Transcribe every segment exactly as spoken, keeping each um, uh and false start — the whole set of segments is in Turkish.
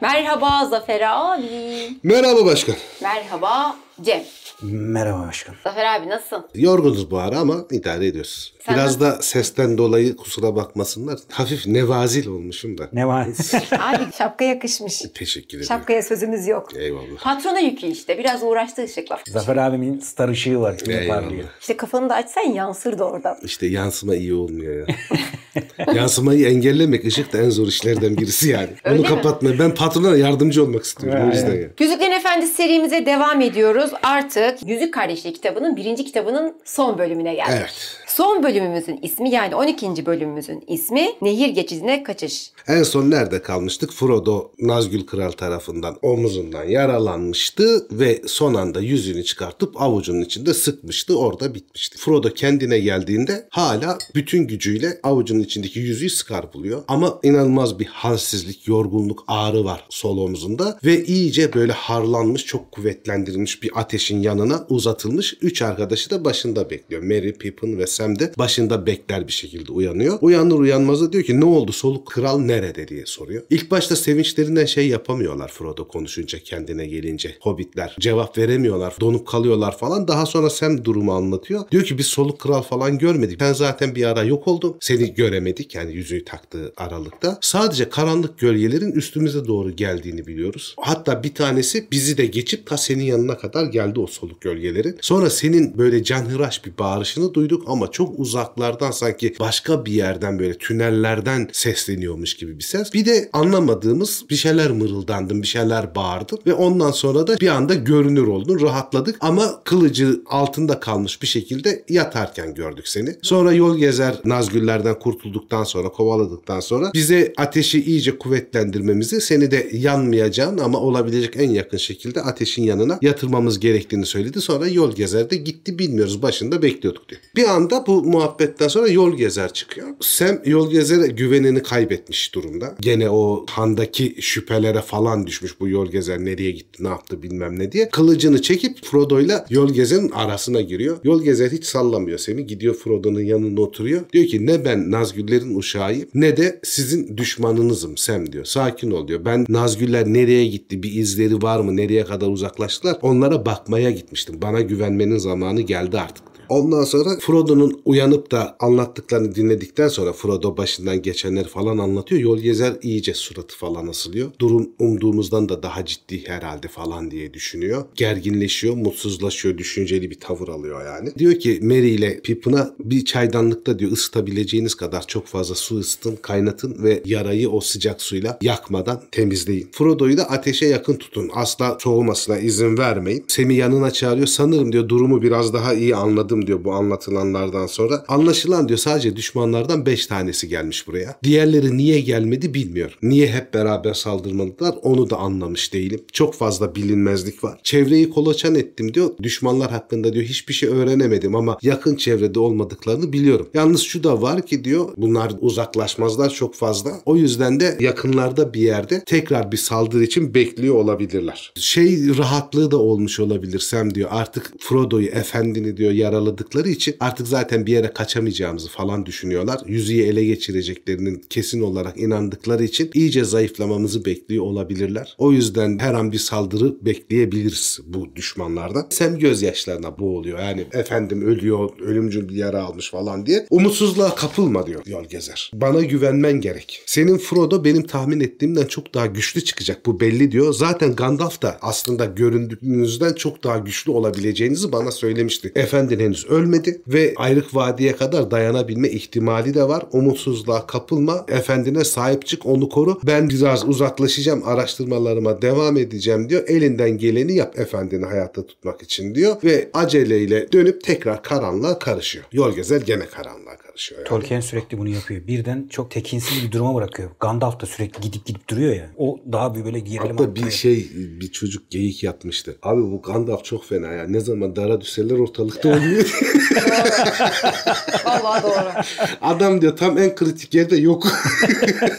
Merhaba Zafer abi. Merhaba başkan. Merhaba Cem. Merhaba başkan. Zafer abi nasılsın? Yorgunuz bu ara ama idare ediyoruz. Sen Biraz nasıl? da sesten dolayı kusura bakmasınlar. Hafif nevazil olmuşum da. Ne var? Abi şapka yakışmış. Teşekkür ederim. Şapkaya sözümüz yok. Eyvallah. Patrona yükü işte. Biraz uğraştı ışıkla. Zafer abimin star ışığı var. Yine Eyvallah. parlıyor. İşte kafanı da açsan yansırdı oradan. İşte yansıma iyi olmuyor ya. Yansımayı engellemek ışık da en zor işlerden birisi yani. Öyle Onu mi? kapatma. Ben patrona yardımcı olmak istiyorum. Evet. O yüzden ya. Yüzüklerin Efendisi serimize devam ediyoruz. Artık Yüzük Kardeşliği kitabının birinci kitabının son bölümüne geldik. Evet. Son bölümümüzün ismi yani on ikinci bölümümüzün ismi Nehir Geçidine Kaçış. En son nerede kalmıştık? Frodo Nazgül Kral tarafından omuzundan yaralanmıştı ve son anda yüzüğünü çıkartıp avucunun içinde sıkmıştı. Orada bitmişti. Frodo kendine geldiğinde hala bütün gücüyle avucunun içindeki yüzüğü sıkar buluyor. Ama inanılmaz bir halsizlik, yorgunluk, ağrı var sol omzunda ve iyice böyle harlanmış, çok kuvvetlendirilmiş bir ateşin yanına uzatılmış. Üç arkadaşı da başında bekliyor. Merry, Pippin ve Sam de başında bekler bir şekilde uyanıyor. Uyanır uyanmaz da diyor ki ne oldu, soluk kral nerede diye soruyor. İlk başta sevinçlerinden şey yapamıyorlar Frodo konuşunca, kendine gelince. Hobbitler cevap veremiyorlar, donup kalıyorlar falan. Daha sonra Sam durumu anlatıyor. Diyor ki biz soluk kral falan görmedik. Ben zaten bir ara yok oldum. Seni göremedik yani yüzüğü taktığı aralıkta. Sadece karanlık gölgelerin üstümüze doğru geldiğini biliyoruz. Hatta bir tanesi bizi de geçip ta senin yanına kadar geldi o soluk gölgelerin. Sonra senin böyle canhıraş bir bağırışını duyduk ama çok uzaklardan, sanki başka bir yerden, böyle tünellerden sesleniyormuş gibi bir ses. Bir de anlamadığımız bir şeyler mırıldandın, bir şeyler bağırdın ve ondan sonra da bir anda görünür oldun, rahatladık ama kılıcı altında kalmış bir şekilde yatarken gördük seni. Sonra yol gezer Nazgüllerden kurtulduktan sonra, kovaladıktan sonra bize ateşi iyice kuvvetlendirmemizi, seni de yanmayacağın ama olabilecek en yakın şekilde ateşin yanına yatırmamız gerektiğini söyledi. Sonra yol gezer de gitti, bilmiyoruz, başında bekliyorduk diyor. Bir anda bu muhabbetten sonra yol gezer çıkıyor. Sam yol gezere güvenini kaybetmiş durumda. Gene o handaki şüphelere falan düşmüş, bu yol gezer nereye gitti, ne yaptı bilmem ne diye. Kılıcını çekip Frodo'yla yol gezerin arasına giriyor. Yol gezer hiç sallamıyor Sam'i. Gidiyor Frodo'nun yanında oturuyor. Diyor ki ne ben Nazgüllerin uşağıyım ne de sizin düşmanınızım Sam diyor. Sakin ol diyor. Ben Nazgüller nereye gitti, bir izleri var mı, nereye kadar uzaklaştılar, onlara bakmaya gitmiştim. Bana güvenmenin zamanı geldi artık. Ondan sonra Frodo'nun uyanıp da anlattıklarını dinledikten sonra Frodo başından geçenleri falan anlatıyor. Yol gezer iyice suratı falan asılıyor. Durum umduğumuzdan da daha ciddi herhalde falan diye düşünüyor. Gerginleşiyor, mutsuzlaşıyor, düşünceli bir tavır alıyor yani. Diyor ki Merry ile Pippin'a bir çaydanlıkta diyor ısıtabileceğiniz kadar çok fazla su ısıtın, kaynatın ve yarayı o sıcak suyla yakmadan temizleyin. Frodo'yu da ateşe yakın tutun. Asla soğumasına izin vermeyin. Sam'i yanına çağırıyor. Sanırım diyor durumu biraz daha iyi anladım diyor bu anlatılanlardan sonra. Anlaşılan diyor sadece düşmanlardan beş tanesi gelmiş buraya. Diğerleri niye gelmedi bilmiyor. Niye hep beraber saldırmadılar onu da anlamış değilim. Çok fazla bilinmezlik var. Çevreyi kolaçan ettim diyor. Düşmanlar hakkında diyor hiçbir şey öğrenemedim ama yakın çevrede olmadıklarını biliyorum. Yalnız şu da var ki diyor bunlar uzaklaşmazlar çok fazla. O yüzden de yakınlarda bir yerde tekrar bir saldırı için bekliyor olabilirler. Şey rahatlığı da olmuş olabilir Sam diyor. Artık Frodo'yu, efendini diyor yaralı dıkları için artık zaten bir yere kaçamayacağımızı falan düşünüyorlar. Yüzüğü ele geçireceklerinin kesin olarak inandıkları için iyice zayıflamamızı bekliyor olabilirler. O yüzden her an bir saldırı bekleyebiliriz bu düşmanlardan. Sam gözyaşlarına boğuluyor. Yani efendim ölüyor, ölümcül bir yara almış falan diye. Umutsuzluğa kapılma diyor yol gezer. Bana güvenmen gerek. Senin Frodo benim tahmin ettiğimden çok daha güçlü çıkacak. Bu belli diyor. Zaten Gandalf da aslında göründüğünüzden çok daha güçlü olabileceğinizi bana söylemişti. Efendin henüz ölmedi ve Ayrık Vadi'ye kadar dayanabilme ihtimali de var. Umutsuzluğa kapılma. Efendine sahip çık, onu koru. Ben biraz uzaklaşacağım, araştırmalarıma devam edeceğim diyor. Elinden geleni yap efendini hayatta tutmak için diyor ve aceleyle dönüp tekrar karanlığa karışıyor. Yol gezer gene karanlığa karışıyor. Yani. Tolkien sürekli bunu yapıyor. Birden çok tekinsiz bir duruma bırakıyor. Gandalf da sürekli gidip gidip duruyor ya. O daha bir böyle gerilim Hatta bir şey, bir çocuk geyik yapmıştı. Abi bu Gandalf çok fena ya. Ne zaman dara düşseler ortalıkta olmuyor. Vallahi doğru. Adam diyor tam en kritik yerde yok.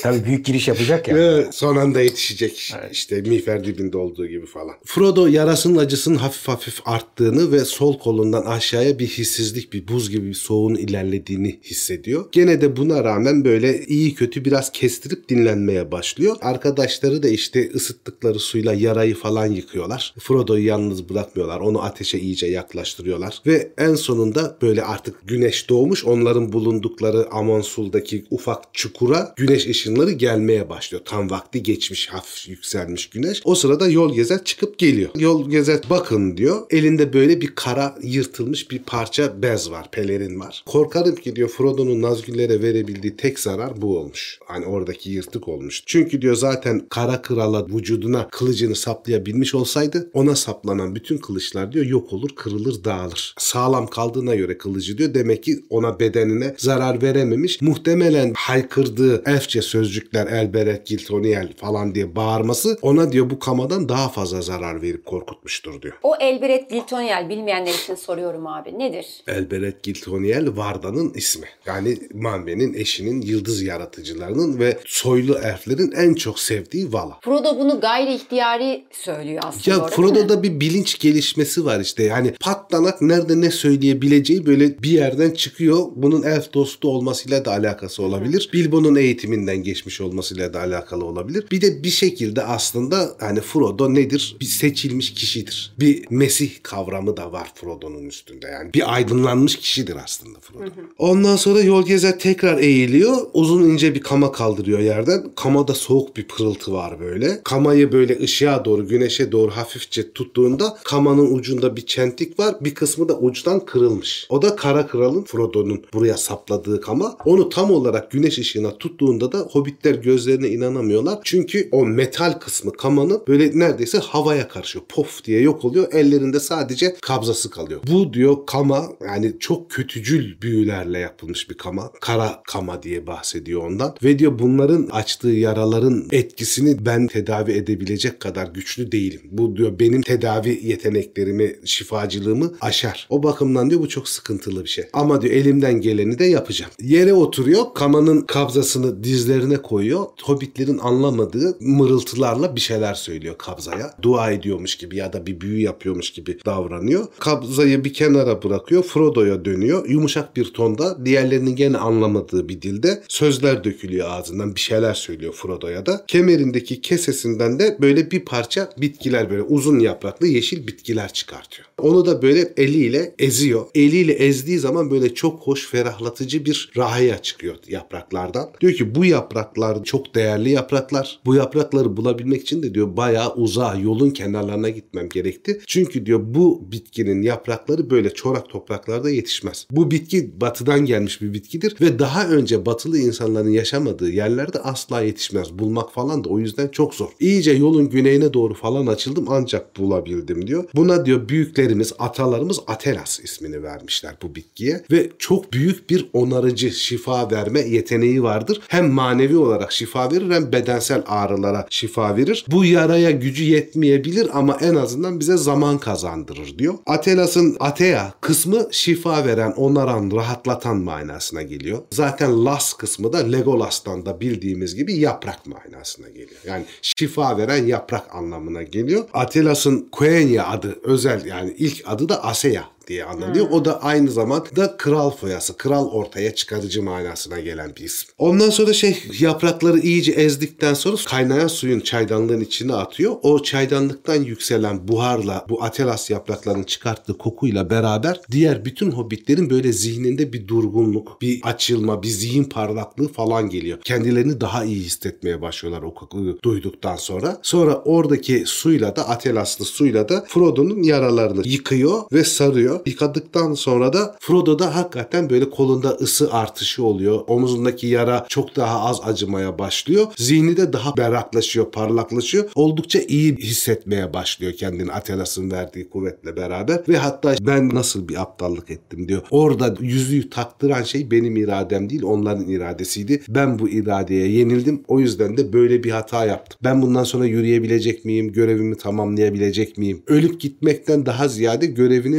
Tabii büyük giriş yapacak ya. Ve son anda yetişecek. Evet. İşte miğfer dibinde olduğu gibi falan. Frodo yarasının acısının hafif hafif arttığını ve sol kolundan aşağıya bir hissizlik, bir buz gibi bir soğuğun ilerlediğini hissediyor. Gene de buna rağmen böyle iyi kötü biraz kestirip dinlenmeye başlıyor. Arkadaşları da işte ısıttıkları suyla yarayı falan yıkıyorlar. Frodo'yu yalnız bırakmıyorlar. Onu ateşe iyice yaklaştırıyorlar. Ve en sonunda böyle artık güneş doğmuş. Onların bulundukları Amonsul'daki ufak çukura güneş ışınları gelmeye başlıyor. Tam vakti geçmiş, hafif yükselmiş güneş. O sırada Yol Gezer çıkıp geliyor. Yol Gezer bakın diyor. Elinde böyle bir kara yırtılmış bir parça bez var, pelerin var. Korkarım ki diyor Frodo'nun Nazgûl'lere verebildiği tek zarar bu olmuş. Hani oradaki yırtık olmuş. Çünkü diyor zaten Kara Kral'a vücuduna kılıcını saplayabilmiş olsaydı ona saplanan bütün kılıçlar diyor yok olur, kırılır, dağılır. Sağlam kaldığına göre kılıcı diyor demek ki ona bedenine zarar verememiş. Muhtemelen haykırdığı elfçe sözcükler Elbereth Giltoniel falan diye bağırması ona diyor bu kamadan daha fazla zarar verip korkutmuştur diyor. O Elbereth Giltoniel bilmeyenler için soruyorum abi. Nedir? Elbereth Giltoniel Varda'nın ismi. Yani Manwe'nin eşinin yıldız yaratıcılarının ve soylu elflerin en çok sevdiği Vala. Frodo bunu gayri ihtiyari söylüyor aslında. Ya orada, Frodo'da bir bilinç gelişmesi var işte. Yani patlanak nerede ne söyleyebileceği böyle bir yerden çıkıyor. Bunun elf dostu olmasıyla da alakası olabilir. Hı. Bilbo'nun eğitiminden geçmiş olmasıyla da alakalı olabilir. Bir de bir şekilde aslında hani Frodo nedir? Bir seçilmiş kişidir. Bir Mesih kavramı da var Frodo'nun üstünde. Yani bir aydınlanmış kişidir aslında Frodo. Hı hı. Ondan sonra Yol Gezer tekrar eğiliyor. Uzun ince bir kama kaldırıyor yerden. Kamada soğuk bir pırıltı var böyle. Kamayı böyle ışığa doğru, güneşe doğru hafifçe tuttuğunda kamanın ucunda bir çentik var. Bir kısmı da uçtan kırılmış. O da Kara Kral'ın, Frodo'nun buraya sapladığı kama. Onu tam olarak güneş ışığına tuttuğunda da hobbitler gözlerine inanamıyorlar. Çünkü o metal kısmı kamanın böyle neredeyse havaya karışıyor. Pof diye yok oluyor. Ellerinde sadece kabzası kalıyor. Bu diyor kama yani çok kötücül büyülerle yapılmış bir kama. Kara kama diye bahsediyor ondan. Ve diyor bunların açtığı yaraların etkisini ben tedavi edebilecek kadar güçlü değilim. Bu diyor benim tedavi yeteneklerimi, şifacılığımı aşar. O bakımdan diyor bu çok sıkıntılı bir şey. Ama diyor elimden geleni de yapacağım. Yere oturuyor. Kamanın kabzasını dizlerine koyuyor. Hobbitlerin anlamadığı mırıltılarla bir şeyler söylüyor kabzaya. Dua ediyormuş gibi ya da bir büyü yapıyormuş gibi davranıyor. Kabzayı bir kenara bırakıyor. Frodo'ya dönüyor. Yumuşak bir tonda diğerlerinin gene anlamadığı bir dilde sözler dökülüyor ağzından. Bir şeyler söylüyor Frodo'ya da. Kemerindeki kesesinden de böyle bir parça bitkiler böyle uzun yapraklı yeşil bitkiler çıkartıyor. Onu da böyle eliyle eziyor. Eliyle ezdiği zaman böyle çok hoş, ferahlatıcı bir rahaya çıkıyor yapraklardan. Diyor ki bu yapraklar çok değerli yapraklar. Bu yaprakları bulabilmek için de diyor bayağı uzağa yolun kenarlarına gitmem gerekti. Çünkü diyor bu bitkinin yaprakları böyle çorak topraklarda yetişmez. Bu bitki batıdan gelmiş bir bitkidir ve daha önce batılı insanların yaşamadığı yerlerde asla yetişmez. Bulmak falan da o yüzden çok zor. İyice yolun güneyine doğru falan açıldım ancak bulabildim diyor. Buna diyor büyüklerimiz, atalarımız Atelas ismini vermişler bu bitkiye ve çok büyük bir onarıcı, şifa verme yeteneği vardır. Hem manevi olarak şifa verir hem bedensel ağrılara şifa verir. Bu yaraya gücü yetmeyebilir ama en azından bize zaman kazandırır diyor. Atelas'ın Atea kısmı şifa veren, onaran, rahatlatan manasına geliyor. Zaten Las kısmı da Legolas'tan da bildiğimiz gibi yaprak manasına geliyor. Yani şifa veren yaprak anlamına geliyor. Atelas'ın Quenya adı özel yani ilk adı da Asea diye anılıyor. Hmm. O da aynı zamanda kral foyası, kral ortaya çıkarıcı manasına gelen bir isim. Ondan sonra şey yaprakları iyice ezdikten sonra kaynayan suyun çaydanlığın içine atıyor. O çaydanlıktan yükselen buharla bu Atelas yapraklarının çıkarttığı kokuyla beraber diğer bütün hobbitlerin böyle zihninde bir durgunluk, bir açılma, bir zihin parlaklığı falan geliyor. Kendilerini daha iyi hissetmeye başlıyorlar o kokuyu duyduktan sonra. Sonra oradaki suyla da Atelaslı suyla da Frodo'nun yaralarını yıkıyor ve sarıyor. Yıkadıktan sonra da Frodo'da hakikaten böyle kolunda ısı artışı oluyor. Omuzundaki yara çok daha az acımaya başlıyor. Zihni de daha berraklaşıyor, parlaklaşıyor. Oldukça iyi hissetmeye başlıyor kendini Atelas'ın verdiği kuvvetle beraber. Ve hatta ben nasıl bir aptallık ettim diyor. Orada yüzüğü taktıran şey benim iradem değil, onların iradesiydi. Ben bu iradeye yenildim. O yüzden de böyle bir hata yaptım. Ben bundan sonra yürüyebilecek miyim? Görevimi tamamlayabilecek miyim? Ölüp gitmekten daha ziyade görevini tamamlayabilecek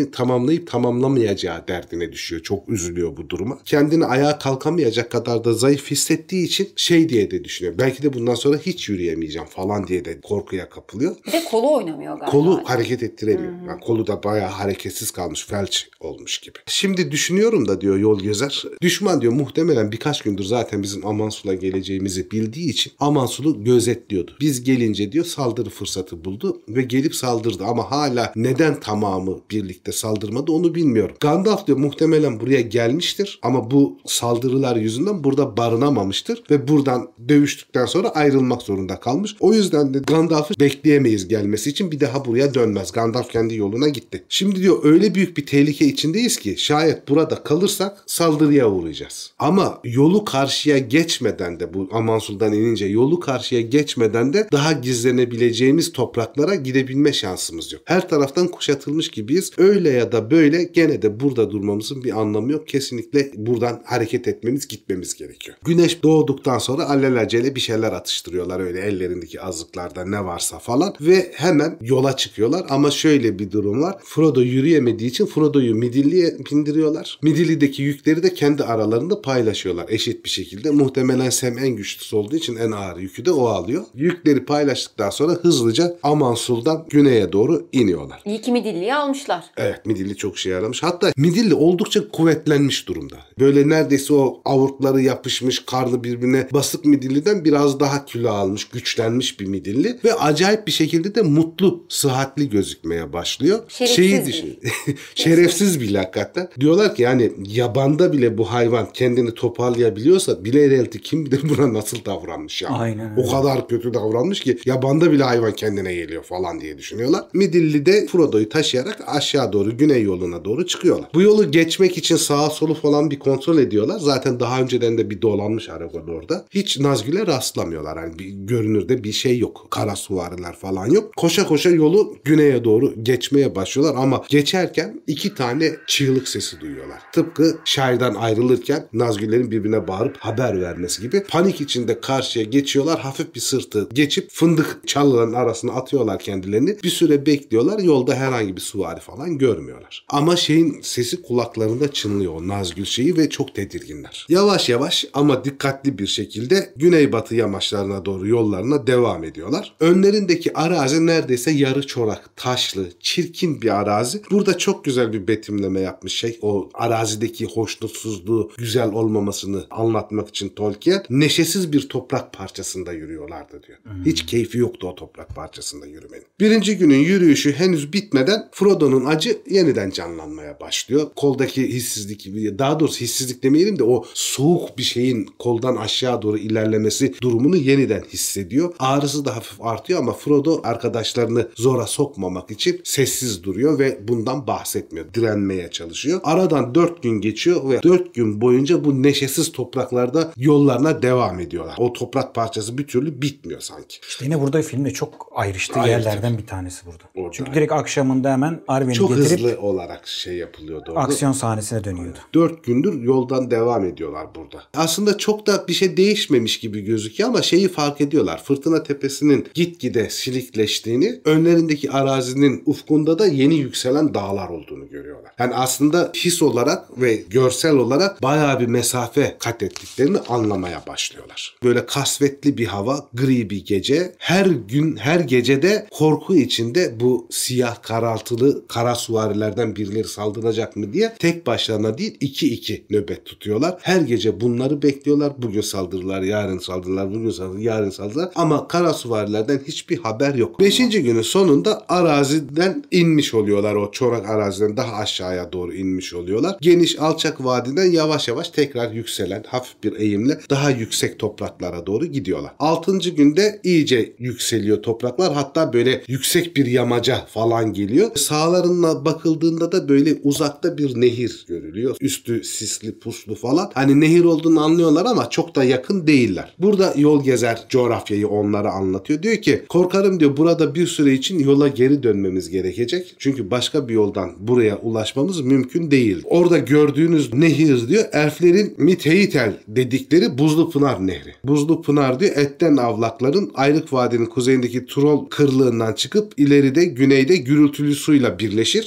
tamamlayıp tamamlamayacağı derdine düşüyor. Çok üzülüyor bu duruma. Kendini ayağa kalkamayacak kadar da zayıf hissettiği için şey diye de düşünüyor. Belki de bundan sonra hiç yürüyemeyeceğim falan diye de korkuya kapılıyor. Bir de kolu oynamıyor galiba. Kolu hareket ettiremiyor. Yani kolu da bayağı hareketsiz kalmış, felç olmuş gibi. Şimdi düşünüyorum da diyor yol gezer. Düşman diyor muhtemelen birkaç gündür zaten bizim Amansul'a geleceğimizi bildiği için Amansul'u gözetliyordu. Biz gelince diyor saldırı fırsatı buldu ve gelip saldırdı ama hala neden tamamı birlikte saldırmadı onu bilmiyorum. Gandalf diyor muhtemelen buraya gelmiştir ama bu saldırılar yüzünden burada barınamamıştır ve buradan dövüştükten sonra ayrılmak zorunda kalmış. O yüzden de Gandalf'ı bekleyemeyiz gelmesi için bir daha buraya dönmez. Gandalf kendi yoluna gitti. Şimdi diyor öyle büyük bir tehlike içindeyiz ki şayet burada kalırsak saldırıya uğrayacağız. Ama yolu karşıya geçmeden de bu Amansul'dan inince yolu karşıya geçmeden de daha gizlenebileceğimiz topraklara gidebilme şansımız yok. Her taraftan kuşatılmış gibiyiz. Öyle ya da böyle gene de burada durmamızın bir anlamı yok. Kesinlikle buradan hareket etmemiz, gitmemiz gerekiyor. Güneş doğduktan sonra alelacele bir şeyler atıştırıyorlar öyle ellerindeki azıklarda ne varsa falan ve hemen yola çıkıyorlar ama şöyle bir durum var. Frodo yürüyemediği için Frodo'yu Midilli'ye bindiriyorlar. Midilli'deki yükleri de kendi aralarında paylaşıyorlar eşit bir şekilde. Muhtemelen Sam en güçlüsü olduğu için en ağır yükü de o alıyor. Yükleri paylaştıktan sonra hızlıca Amansul'dan güneye doğru iniyorlar. İyi ki Midilli'yi almışlar. Evet, Midilli çok şey yaramış. Hatta Midilli oldukça kuvvetlenmiş durumda. Böyle neredeyse o avurtları yapışmış, karlı birbirine basık Midilli'den biraz daha kilo almış, güçlenmiş bir Midilli ve acayip bir şekilde de mutlu, sıhhatli gözükmeye başlıyor. Şerefsiz Şeyi düşün. Şerefsiz bile hakikaten. Diyorlar ki yani yabanda bile bu hayvan kendini toparlayabiliyorsa Bilerelti kim bilir buna nasıl davranmış yani. Aynen O öyle. kadar kötü davranmış ki yabanda bile hayvan kendine geliyor falan diye düşünüyorlar. Midilli de Frodo'yu taşıyarak aşağı doğru güney yoluna doğru çıkıyorlar. Bu yolu geçmek için sağa solu falan bir kontrol ediyorlar. Zaten daha önceden de bir dolanmış Aragorn orada. Hiç Nazgül'e rastlamıyorlar. Yani bir görünürde bir şey yok. Kara suvariler falan yok. Koşa koşa yolu güneye doğru geçmeye başlıyorlar ama geçerken iki tane çığlık sesi duyuyorlar. Tıpkı şairden ayrılırken Nazgüllerin birbirine bağırıp haber vermesi gibi. Panik içinde karşıya geçiyorlar. Hafif bir sırtı geçip fındık çalıların arasına atıyorlar kendilerini. Bir süre bekliyorlar. Yolda herhangi bir süvari falan görmüyorlar. Ama şeyin sesi kulaklarında çınlıyor o Nazgül şeyi ve çok tedirginler. Yavaş yavaş ama dikkatli bir şekilde güneybatı yamaçlarına doğru yollarına devam ediyorlar. Önlerindeki arazi neredeyse yarı çorak, taşlı, çirkin bir arazi. Burada çok güzel bir betimleme yapmış şey. O arazideki hoşnutsuzluğu, güzel olmamasını anlatmak için Tolkien neşesiz bir toprak parçasında yürüyorlardı diyor. Hmm. Hiç keyfi yoktu o toprak parçasında yürümenin. Birinci günün yürüyüşü henüz bitmeden Frodo'nun acı yeniden canlanmaya başlıyor. Koldaki hissizlik, daha doğrusu hissizlik demeyelim de o soğuk bir şeyin koldan aşağı doğru ilerlemesi durumunu yeniden hissediyor. Ağrısı da hafif artıyor ama Frodo arkadaşlarını zora sokmamak için sessiz duruyor ve bundan bahsetmiyor. Direnmeye çalışıyor. Aradan dört gün geçiyor ve dört gün boyunca bu neşesiz topraklarda yollarına devam ediyorlar. O toprak parçası bir türlü bitmiyor sanki. İşte yine burada filmde çok ayrıştığı Ayrıştı. yerlerden bir tanesi burada. Orada. Çünkü direkt akşamında hemen Arwen'i Çok getirip hızlı olarak şey yapılıyordu orada. aksiyon sahnesine dönüyordu. Dört gündür yoldan devam ediyorlar burada. Aslında çok da bir şey değişmemiş gibi gözüküyor ama şeyi fark ediyorlar. Fırtına Tepesi'nin gitgide silikleştiğini, önlerindeki arazinin ufkunda da yeni yükselen dağlar olduğunu görüyorlar. Yani aslında his olarak ve görsel olarak bayağı bir mesafe kat ettiklerini anlamaya başlıyorlar. Böyle kasvetli bir hava, gri bir gece. Her gün, her gecede korku içinde bu siyah karaltılı kara suvarilerden birileri saldıracak mı diye tek başlarına değil iki iki nöbet tutuyorlar. Her gece bunları bekliyorlar. Bugün saldırırlar, yarın saldırırlar, bugün saldırırlar, yarın saldırırlar. Ama kara suvarilerden hiçbir haber yok. Beşinci günün sonunda araziden inmiş oluyorlar. O çorak araziden daha aşağıya doğru inmiş oluyorlar. Geniş alçak vadiden yavaş yavaş tekrar yükselen hafif bir eğimle daha yüksek topraklara doğru gidiyorlar. Altıncı günde iyice yükseliyor topraklar. Hatta böyle yüksek bir yamaca falan geliyor. Sağlarına bakıldığında da böyle uzakta bir nehir görülüyor. Üstü sisli puslu falan. Hani nehir olduğunu anlıyorlar ama çok da yakın değiller. Burada yol gezer coğrafyayı onlara anlatıyor. Diyor ki korkarım diyor burada bir süre için yola geri dönmemiz gerekecek. Çünkü başka bir yoldan buraya ulaşmamız mümkün değil. Orada gördüğünüz nehir diyor elflerin Miteitel dedikleri Buzlu Pınar Nehri. Buzlu Pınar diyor etten avlakların Ayrık Vadi'nin kuzeyindeki Troll kırlığından çıkıp ileride güneyde gürültülü suyla birleşir. Birleştiği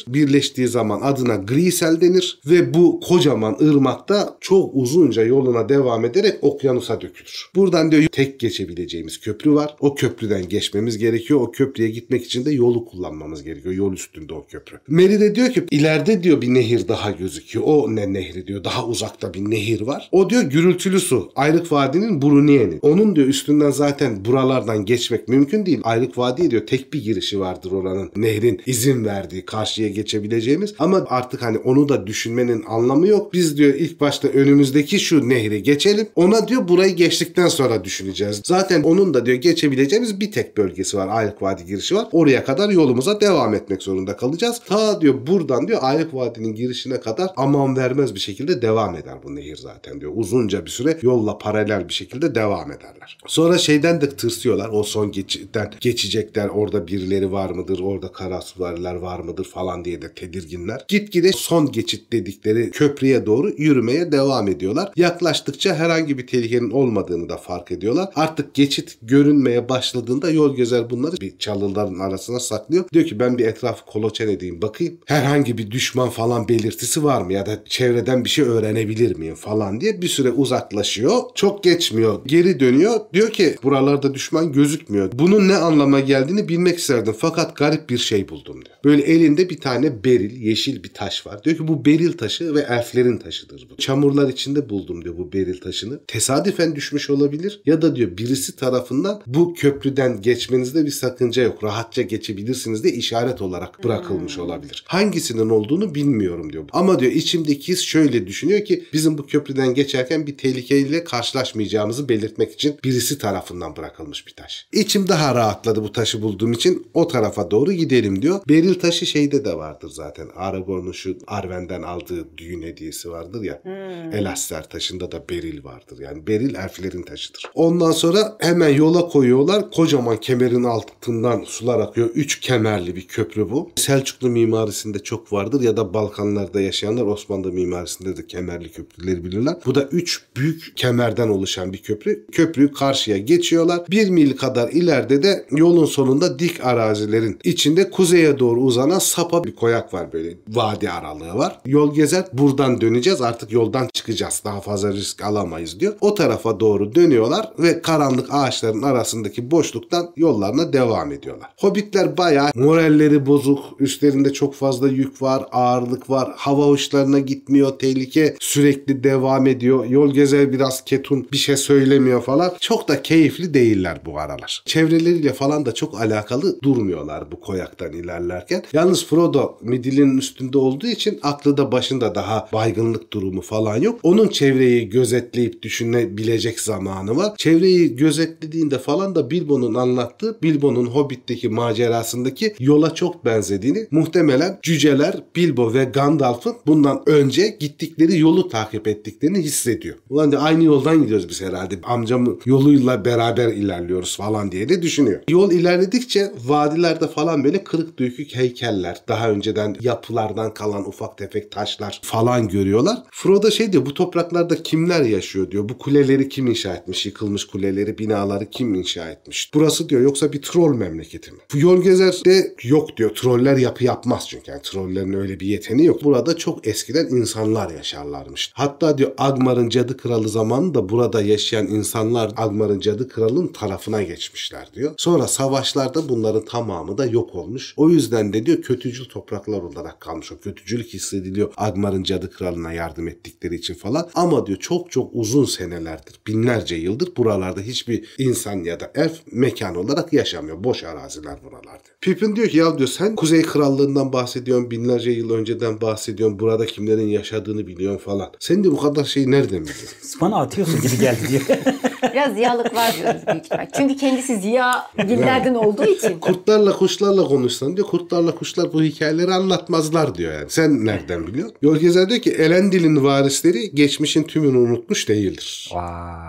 geçtiği zaman adına Grisel denir ve bu kocaman ırmakta çok uzunca yoluna devam ederek okyanusa dökülür. Buradan diyor tek geçebileceğimiz köprü var. O köprüden geçmemiz gerekiyor. O köprüye gitmek için de yolu kullanmamız gerekiyor. Yol üstünde o köprü. Merry de diyor ki ileride diyor bir nehir daha gözüküyor. O ne nehri diyor. Daha uzakta bir nehir var. O diyor gürültülü su. Ayrık Vadi'nin Bruniye'nin. Onun diyor üstünden zaten buralardan geçmek mümkün değil. Ayrık Vadi'ye diyor tek bir girişi vardır oranın. Nehrin izin verdiği karşıya geçebileceğimiz. Ama artık hani onu da düşünmenin anlamı yok. Biz diyor ilk başta önümüzdeki şu nehri geçelim. Ona diyor burayı geçtikten sonra düşüneceğiz. Zaten onun da diyor geçebileceğimiz bir tek bölgesi var. Ayrık Vadi girişi var. Oraya kadar yolumuza devam etmek zorunda kalacağız. Ta diyor buradan diyor Ayrık Vadi'nin girişine kadar aman vermez bir şekilde devam eder bu nehir zaten diyor. Uzunca bir süre yolla paralel bir şekilde devam ederler. Sonra şeyden de tırsıyorlar. O son geçitten geçecekler. Orada birileri var mıdır? Orada karasuvariler var mıdır falan diye de tedirginler. Gitgide son geçit dedikleri köprüye doğru yürümeye devam ediyorlar. Yaklaştıkça herhangi bir tehlikenin olmadığını da fark ediyorlar. Artık geçit görünmeye başladığında yol gezer bunları bir çalıların arasına saklıyor. Diyor ki ben bir etrafı kolaçan edeyim bakayım. Herhangi bir düşman falan belirtisi var mı ya da çevreden bir şey öğrenebilir miyim falan diye bir süre uzaklaşıyor. Çok geçmiyor. Geri dönüyor. Diyor ki buralarda düşman gözükmüyor. Bunun ne anlama geldiğini bilmek isterdim. Fakat garip bir şey buldum diyor. Böyle elinde bir tane beril, yeşil bir taş var. Diyor ki bu beril taşı ve elflerin taşıdır bu. Çamurlar içinde buldum diyor bu beril taşını. Tesadüfen düşmüş olabilir ya da diyor birisi tarafından bu köprüden geçmenizde bir sakınca yok. Rahatça geçebilirsiniz diye işaret olarak bırakılmış olabilir. Hangisinin olduğunu bilmiyorum diyor. Ama diyor içimdeki his şöyle düşünüyor ki bizim bu köprüden geçerken bir tehlikeyle karşılaşmayacağımızı belirtmek için birisi tarafından bırakılmış bir taş. İçim daha rahatladı bu taşı bulduğum için o tarafa doğru gidelim diyor. Beril taşı şeyde de vardır zaten. Aragorn'un şu Arwen'den aldığı düğün hediyesi vardır ya. Hmm. Elastar taşında da beril vardır. Yani beril elflerin taşıdır. Ondan sonra hemen yola koyuyorlar. Kocaman kemerin altından sular akıyor. Üç kemerli bir köprü bu. Selçuklu mimarisinde çok vardır ya da Balkanlarda yaşayanlar Osmanlı mimarisinde de kemerli köprüleri bilirler. Bu da üç büyük kemerden oluşan bir köprü. Köprüyü karşıya geçiyorlar. Bir mil kadar ileride de yolun sonunda dik arazilerin içinde kuzeye doğru uzanan sapa bir koyak var böyle. Vadi aralığı var. Yol gezer buradan döneceğiz artık yoldan çıkacağız. Daha fazla risk alamayız diyor. O tarafa doğru dönüyorlar ve karanlık ağaçların arasındaki boşluktan yollarına devam ediyorlar. Hobbitler bayağı moralleri bozuk. Üstlerinde çok fazla yük var. Ağırlık var. Hava uçlarına gitmiyor. Tehlike sürekli devam ediyor. Yol gezer biraz ketum bir şey söylemiyor falan. Çok da keyifli değiller bu aralar. Çevreleriyle falan da çok alakalı durmuyorlar bu koyaktan ilerlerken. Yalnız Frodo midilinin üstünde olduğu için aklı da başında daha baygınlık durumu falan yok. Onun çevreyi gözetleyip düşünebilecek zamanı var. Çevreyi gözetlediğinde falan da Bilbo'nun anlattığı Bilbo'nun Hobbit'teki macerasındaki yola çok benzediğini muhtemelen cüceler Bilbo ve Gandalf'ın bundan önce gittikleri yolu takip ettiklerini hissediyor. Ulan de aynı yoldan gidiyoruz biz herhalde. Amcamın yoluyla beraber ilerliyoruz falan diye de düşünüyor. Yol ilerledikçe vadilerde falan böyle kırık dökük heykeller, daha önceden yapılardan kalan ufak tefek taşlar falan görüyorlar. Frodo şey diyor bu topraklarda kimler yaşıyor diyor. Bu kuleleri kim inşa etmiş? Yıkılmış kuleleri, binaları kim inşa etmiş? Burası diyor yoksa bir troll memleketi mi? Bu yol gezerde yok diyor. Troller yapı yapmaz çünkü. Yani trollerin öyle bir yeteneği yok. Burada çok eskiden insanlar yaşarlarmış. Hatta diyor Agmar'ın cadı kralı zamanında burada yaşayan insanlar Agmar'ın cadı kralının tarafına geçmişler diyor. Sonra savaşlarda bunların tamamı da yok olmuş. O yüzden de diyor kötücül topraklar olarak kalmış. O kötücülük hissediliyor Agmar'ın cadı kralına yardım ettikleri için falan. Ama diyor çok çok uzun senelerdir, binlerce yıldır buralarda hiçbir insan ya da elf mekan olarak yaşamıyor. Boş araziler buralar diyor. Pippin diyor ki ya diyor sen Kuzey Krallığından bahsediyorsun, binlerce yıl önceden bahsediyorsun, burada kimlerin yaşadığını biliyorsun falan. Sen de bu kadar şeyi nereden biliyorsun? Bana atıyorsun gibi geldi diyor. Biraz ziyalık var diyoruz büyük ihtimal. Çünkü kendisi ziya gillerden olduğu için. Kurtlarla kuşlarla konuşsan diyor. Kurtlarla kuşlar bu hikayeleri anlatmazlar diyor yani. Sen nereden biliyorsun? Yol gezer diyor ki Elendil'in varisleri geçmişin tümünü unutmuş değildir. Vay.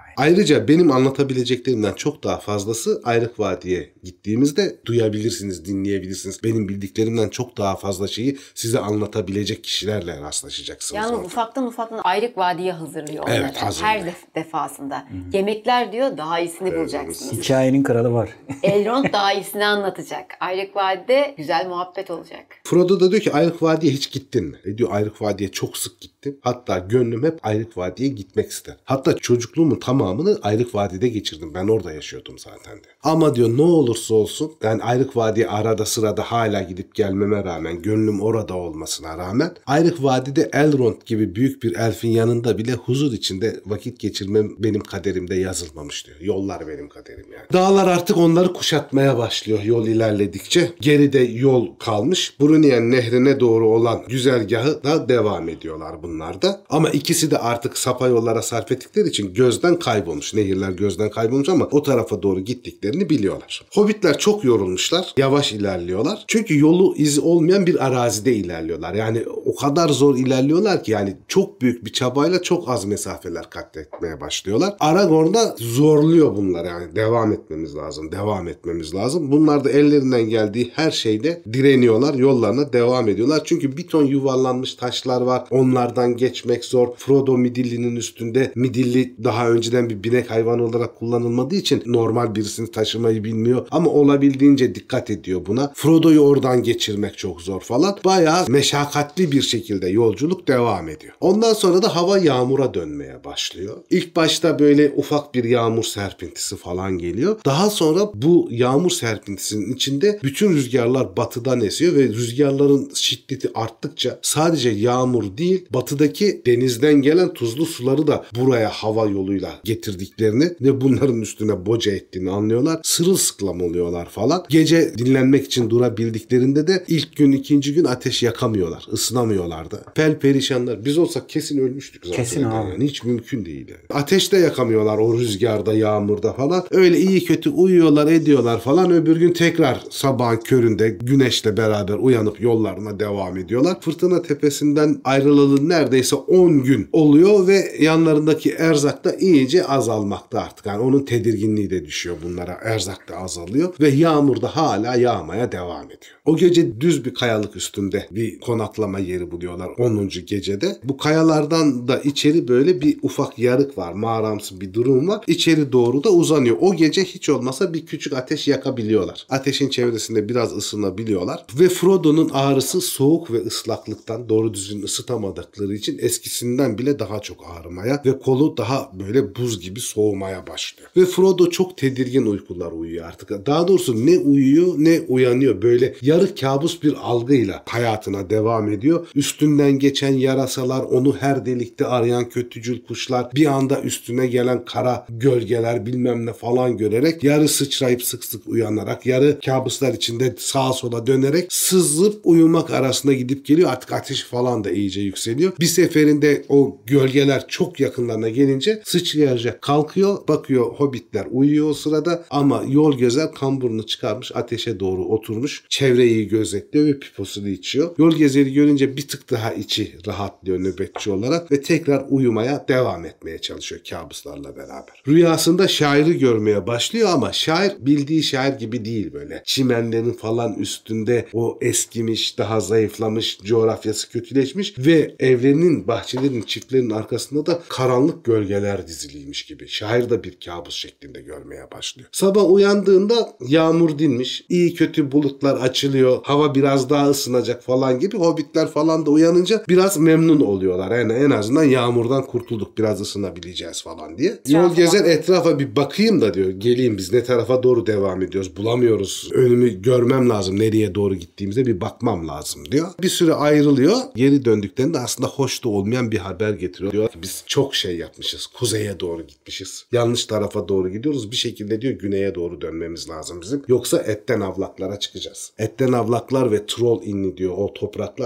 Ayrıca benim anlatabileceklerimden çok daha fazlası Ayrık Vadi'ye gittiğimizde duyabilirsiniz, dinleyebilirsiniz. Benim bildiklerimden çok daha fazla şeyi size anlatabilecek kişilerle rastlaşacaksınız. Yalnız orada. ufaktan ufaktan Ayrık Vadi'ye hazırlıyor onları. Evet, hazırlıyor. Her def- defasında. Hı-hı. Yemekler diyor daha iyisini evet, bulacaksınız. Hikayenin kralı var. Elrond daha iyisini anlatacak. Ayrık Vadi'de güzel muhabbet olacak. Frodo da diyor ki Ayrık Vadi'ye hiç gittin mi? E diyor Ayrık Vadi'ye çok sık gittim. Hatta gönlüm hep Ayrık Vadi'ye gitmek ister. Hatta çocukluğumun tamamını Ayrık Vadi'de geçirdim. Ben orada yaşıyordum zaten de. Ama diyor ne olursa olsun yani Ayrık Vadi'ye arada sırada hala gidip gelmeme rağmen, gönlüm orada olmasına rağmen Ayrık Vadi'de Elrond gibi büyük bir elfin yanında bile huzur içinde vakit geçirmem benim kaderimde yazılmamış diyor. Yollar benim kaderim yani. Dağlar artık onları kuşatmaya başlıyor yol ilerledikçe. Geride yol kalmış. Brunien nehrine doğru olan güzergahı da devam ediyorlar bunlar da. Ama ikisi de artık sapa yollara sarf ettikleri için gözden kaybolmuş. Nehirler gözden kaybolmuş ama o tarafa doğru gittiklerini biliyorlar. Hobbitler çok yorulmuşlar. Yavaş ilerliyorlar. Çünkü yolu izi olmayan bir arazide ilerliyorlar. Yani o kadar zor ilerliyorlar ki yani çok büyük bir çabayla çok az mesafeler kat etmeye başlıyorlar. Aragorn da zorluyor bunları yani devam etmemiz lazım. Devam etmemiz lazım. Bunlar da ellerinden geldiği her şeyde direniyorlar. Yollarına devam ediyorlar. Çünkü bir ton yuvarlanmış taşlar var. Onlardan geçmek zor. Frodo Midilli'nin üstünde. Midilli daha önceden bir binek hayvanı olarak kullanılmadığı için normal birisini taşımayı bilmiyor. Ama olabildiğince dikkat ediyor buna. Frodo'yu oradan geçirmek çok zor falan. Bayağı meşakkatli bir şekilde yolculuk devam ediyor. Ondan sonra da hava yağmura dönmeye başlıyor. İlk başta böyle ufak bir yağmur serpintisi falan geliyor. Daha sonra bu yağmur serpintisinin içinde bütün rüzgarlar batıdan esiyor ve rüzgarların şiddeti arttıkça sadece yağmur değil batıdaki denizden gelen tuzlu suları da buraya hava yoluyla getirdiklerini ve bunların üstüne boca ettiğini anlıyorlar. Sırılsıklam oluyorlar falan. Gece dinlenmek için durabildiklerinde de ilk gün ikinci gün ateş yakamıyorlar. Isınamıyorlar da. Pelperişanlar. Biz olsak kesin ölmüştük zaten. Kesin abi. Yani hiç mümkün değil. Yani. Ateşte yakamıyorlar o rüzgarda, yağmurda falan. Öyle iyi kötü uyuyorlar, ediyorlar falan. Öbür gün tekrar sabahın köründe güneşle beraber uyanıp yollarına devam ediyorlar. Fırtına Tepesi'nden ayrılalı neredeyse on gün oluyor ve yanlarındaki erzak da iyice azalmakta artık. Yani onun tedirginliği de düşüyor bunlara. Erzak da azalıyor ve yağmur da hala yağmaya devam ediyor. O gece düz bir kayalık üstünde bir konaklama yeri buluyorlar onuncu gecede. Bu kayalardan da içeri böyle bir ufak yarık var. Mağaramsı bir durum var. İçeri doğru da uzanıyor. O gece hiç olmasa bir küçük ateş yakabiliyorlar. Ateşin çevresinde biraz ısınabiliyorlar. Ve Frodo'nun ağrısı soğuk ve ıslaklıktan doğru düzgün ısıtamadıkları için eskisinden bile daha çok ağrımaya ve kolu daha böyle buz gibi soğumaya başlıyor. Ve Frodo çok tedirgin uykular uyuyor artık. Daha doğrusu ne uyuyor ne uyanıyor. Böyle yarı kabus bir algıyla hayatına devam ediyor. Üstünden geçen yarasalar, onu her delikte arayan kötücül kuşlar, bir anda üstüne gelen kara gölgeler bilmem ne falan görerek yarı sıçrayıp sık sık uyanarak, yarı kabuslar içinde sağa sola dönerek sızıp uyumak arasında gidip geliyor. Artık ateş falan da iyice yükseliyor. Bir seferinde o gölgeler çok yakınlarına gelince sıçrayacak kalkıyor. Bakıyor hobbitler uyuyor o sırada ama yol gezer kamburunu çıkarmış ateşe doğru oturmuş. Çevreyi gözetliyor ve piposunu içiyor. Yol gezeri görünce bir tık daha içi rahatlıyor nöbetçi olarak ve tekrar uyumaya devam etmeye çalışıyor kabuslarla beraber. Rüyasında şairi görmeye başlıyor ama şair bildiği şair gibi değil böyle. Çimenlerin falan üstünde o eskimiş, daha zayıflamış, coğrafyası kötüleşmiş ve evlerinin, bahçelerin, çiftlerin arkasında da karanlık gölgeler diziliymiş gibi. Şair de bir kabus şeklinde görmeye başlıyor. Sabah uyandığında yağmur dinmiş, iyi kötü bulutlar açılıyor, hava biraz daha ısınacak falan gibi. Hobbitler falan da uyanınca biraz memnun oluyorlar. Yani en azından yağmurdan kurtulduk, biraz ısınabileceğiz falan diye. Yol gezer etrafa bir bakayım da diyor. Geleyim biz ne tarafa doğru devam ediyoruz, bulamıyoruz. Önümü görmem lazım, nereye doğru gittiğimize bir bakmam lazım diyor. Bir süre ayrılıyor. Geri döndüklerinde aslında hoş da olmayan bir haber getiriyor. Diyor ki biz çok şey yapmışız. Kuzeye doğru gitmişiz. Yanlış tarafa doğru gidiyoruz. Bir şekilde diyor güneye doğru dönmemiz lazım bizim. Yoksa etten avlaklara çıkacağız. Etten avlaklar ve troll inni diyor o topraklar. Orada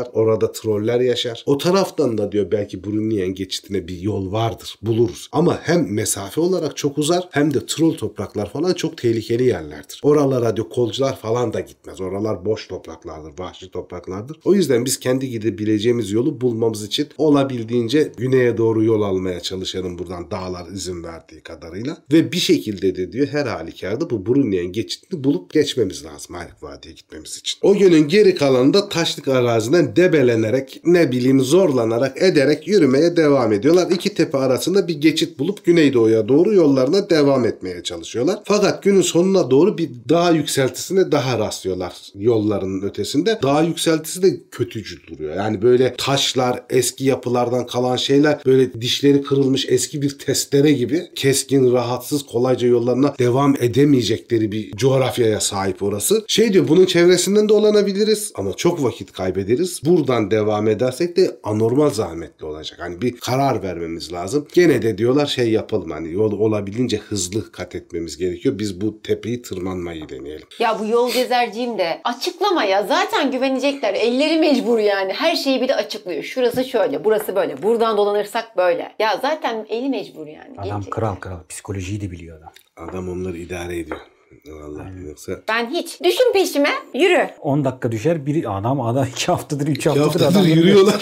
orada troller yaşar. O taraftan da diyor belki Brunnian geçitine bir yol vardır. Buluruz. Ama hem mesafe olarak çok uzar hem de troll topraklar falan çok tehlikeli yerlerdir. Oralara diyor kolcular falan da gitmez. Oralar boş topraklardır. Vahşi topraklardır. O yüzden biz kendi gidebileceğimiz yolu bulmamız için olabildiğince güneye doğru yol almaya çalışalım buradan dağlar izin verdiği kadarıyla. Ve bir şekilde de diyor her halükarda bu Brunnian geçitini bulup geçmemiz lazım Ayrık Vadi'ye gitmemiz için. O günün geri kalanında taşlık araziden debelenerek ne bileyim zorlanarak ederek yürümeye devam ediyorlar. İki tepe arasında bir geçit bulup güneydoğuya doğru yollarına devam etmeye çalışıyorlar. Fakat günün sonuna doğru bir dağ yükseltisine daha rastlıyorlar yollarının ötesinde. Dağ yükseltisi de kötücül duruyor. Yani böyle taşlar, eski yapılardan kalan şeyler, böyle dişleri kırılmış eski bir testere gibi keskin, rahatsız, kolayca yollarına devam edemeyecekleri bir coğrafyaya sahip orası. Şey diyor, bunun çevresinden dolanabiliriz ama çok vakit kaybederiz. Buradan devam edersek de anormal zahmetli olacak. Hani bir karar vermemiz lazım. Gene de diyorlar şey yapalım, hani yol olabildiğince hızlı kat etmemiz gerekiyor. Biz bu tepeyi tırmanmayı deneyelim. Ya bu yol gezerciğim de açıklama ya. Zaten güvenecekler. Elleri mecbur yani. Her şeyi bir de açıklıyor. Şurası şöyle, burası böyle. Buradan dolanırsak böyle. Ya zaten eli mecbur yani. Adam Gelecek. kral kral. Psikolojiyi de biliyor adam. Adam onları idare ediyor. Vallahi yoksa... Ben hiç. Düşün peşime. Yürü. on dakika düşer. Bir adam adam iki haftadır, üç haftadır, haftadır adam yürüyorlar.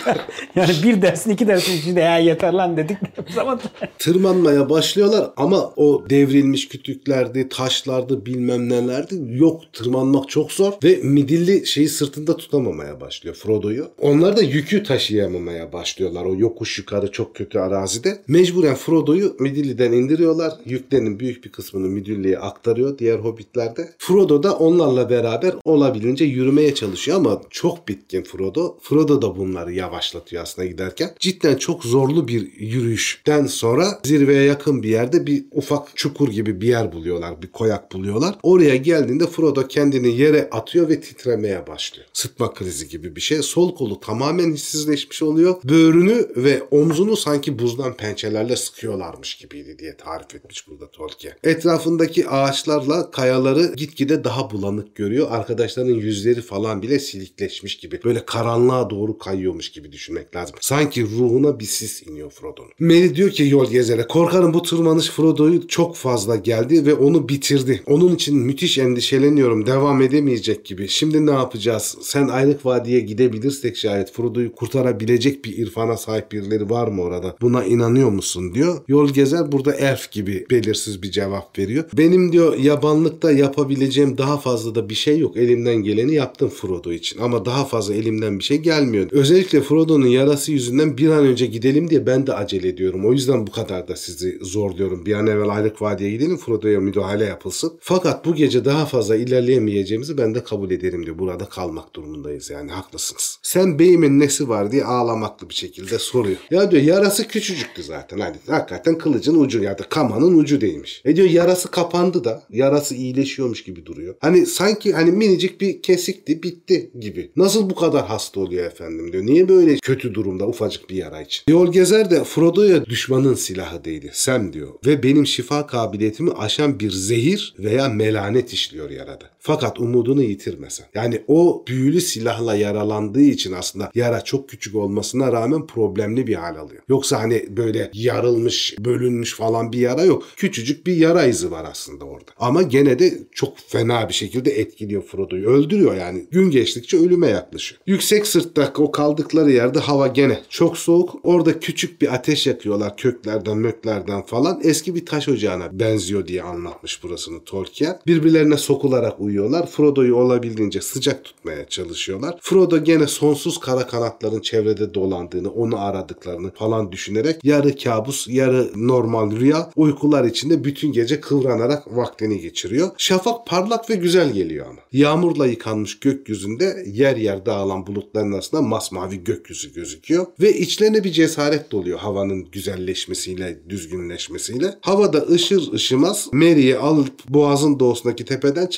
Yani bir dersin, iki dersin içinde ya yeter lan dedik. Zaman Tırmanmaya başlıyorlar ama o devrilmiş kütüklerdi, taşlardı, bilmem nelerdi. Yok, tırmanmak çok zor ve midilli şeyi sırtında tutamamaya başlıyor Frodo'yu. Onlar da yükü taşıyamamaya başlıyorlar o yokuş yukarı çok kötü arazide. Mecburen Frodo'yu Midilli'den indiriyorlar. Yüklerinin büyük bir kısmını Midilli'ye aktarıyor diğer hobbitler de. Frodo da onlarla beraber olabildiğince yürümeye çalışıyor ama çok bitkin Frodo. Frodo da bunları yavaşlatıyor aslında giderken. Cidden çok zorlu bir yürüyüşten sonra zirveye yakın bir yerde bir ufak çukur gibi bir yer buluyorlar. Bir koyak buluyorlar. Oraya geldiğinde Frodo kendini yere atıyor ve titremeye başlıyor. Sıtma krizi gibi bir şey. Sol kolu tamamen hissizleşmiş oluyor. Böğrünü ve omzunu sanki buzdan pençelerle sıkıyorlarmış gibiydi diye tarif etmiş burada Tolkien. Etrafındaki ağaçlarla kayaları gitgide daha bulanık görüyor. Arkadaşlarının yüzleri falan bile silikleşmiş gibi. Böyle karanlığa doğru kayıyormuş gibi düşünmek lazım. Sanki ruhuna bir sis iniyor Frodo'nun. Merry diyor ki yol gezere, korkarım bu tırmanış Frodo'yu çok fazla geldi ve onu bitirdi. Onun için müthiş endişeleniyorum. Devam edemeyecek gibi. Şimdi ne yapacağız? Sen Ayrık Vadi'ye gidebilirsek şayet Frodo'yu kurtarabilecek bir irfana sahip birileri var mı orada? Buna inanıyor musun diyor. Yol gezer burada elf gibi belirsiz bir cevap veriyor. Benim diyor yabanlıkta yapabileceğim daha fazla da bir şey yok. Elimden geleni yaptım Frodo için. Ama daha fazla elimden bir şey gelmiyor. Özellikle Frodo'nun yarası yüzünden bir an önce gidelim diye ben de acele ediyorum. O yüzden bu kadar da sizi zorluyorum. Bir an evvel Ayrık Vadi'ye gidelim, Frodo'ya müdahale yapılsın. Fakat bu gece daha fazla ilerleyemeyeceğimizi ben de kabul ederim diyor. Burada kalmak durumundayız yani, haklısınız. Sen beyimin nesi var diye ağlamaklı bir şekilde soruyor. Ya diyor yarası küçücüktü zaten. Hani hakikaten kılıcın ucu ya da kamanın ucu değmiş. E diyor yarası kapandı da, yarası iyileşiyormuş gibi duruyor. Hani sanki hani minicik bir kesikti, bitti gibi. Nasıl bu kadar hasta oluyor efendim diyor. Niye böyle kötü durumda ufacık bir yara için? Yol gezer de Frodo'ya düşmanın silahı değdi. Sam diyor. Ve benim şifa kabiliyetimi aşan bir zehir veya melanet işliyor yarada. Fakat umudunu yitirmesen. Yani o büyülü silahla yaralandığı için aslında yara çok küçük olmasına rağmen problemli bir hal alıyor. Yoksa hani böyle yarılmış, bölünmüş falan bir yara yok. Küçücük bir yara izi var aslında orada. Ama gene de çok fena bir şekilde etkiliyor Frodo'yu. Öldürüyor yani. Gün geçtikçe ölüme yaklaşıyor. Yüksek sırtta o kaldıkları yerde hava gene çok soğuk. Orada küçük bir ateş yakıyorlar köklerden, möklerden falan. Eski bir taş ocağına benziyor diye anlatmış burasını Tolkien. Birbirlerine sokularak uyuyorlar. Frodo'yu olabildiğince sıcak tutmaya çalışıyorlar. Frodo gene sonsuz kara kanatların çevrede dolandığını, onu aradıklarını falan düşünerek yarı kabus, yarı normal rüya uykular içinde bütün gece kıvranarak vaktini geçiriyor. Şafak parlak ve güzel geliyor ama. Yağmurla yıkanmış gökyüzünde yer yer dağılan bulutların arasında masmavi gökyüzü gözüküyor ve içlerine bir cesaret doluyor havanın güzelleşmesiyle, düzgünleşmesiyle. Havada ışır ışımaz Merry'i alıp boğazın doğusundaki tepeden çevreye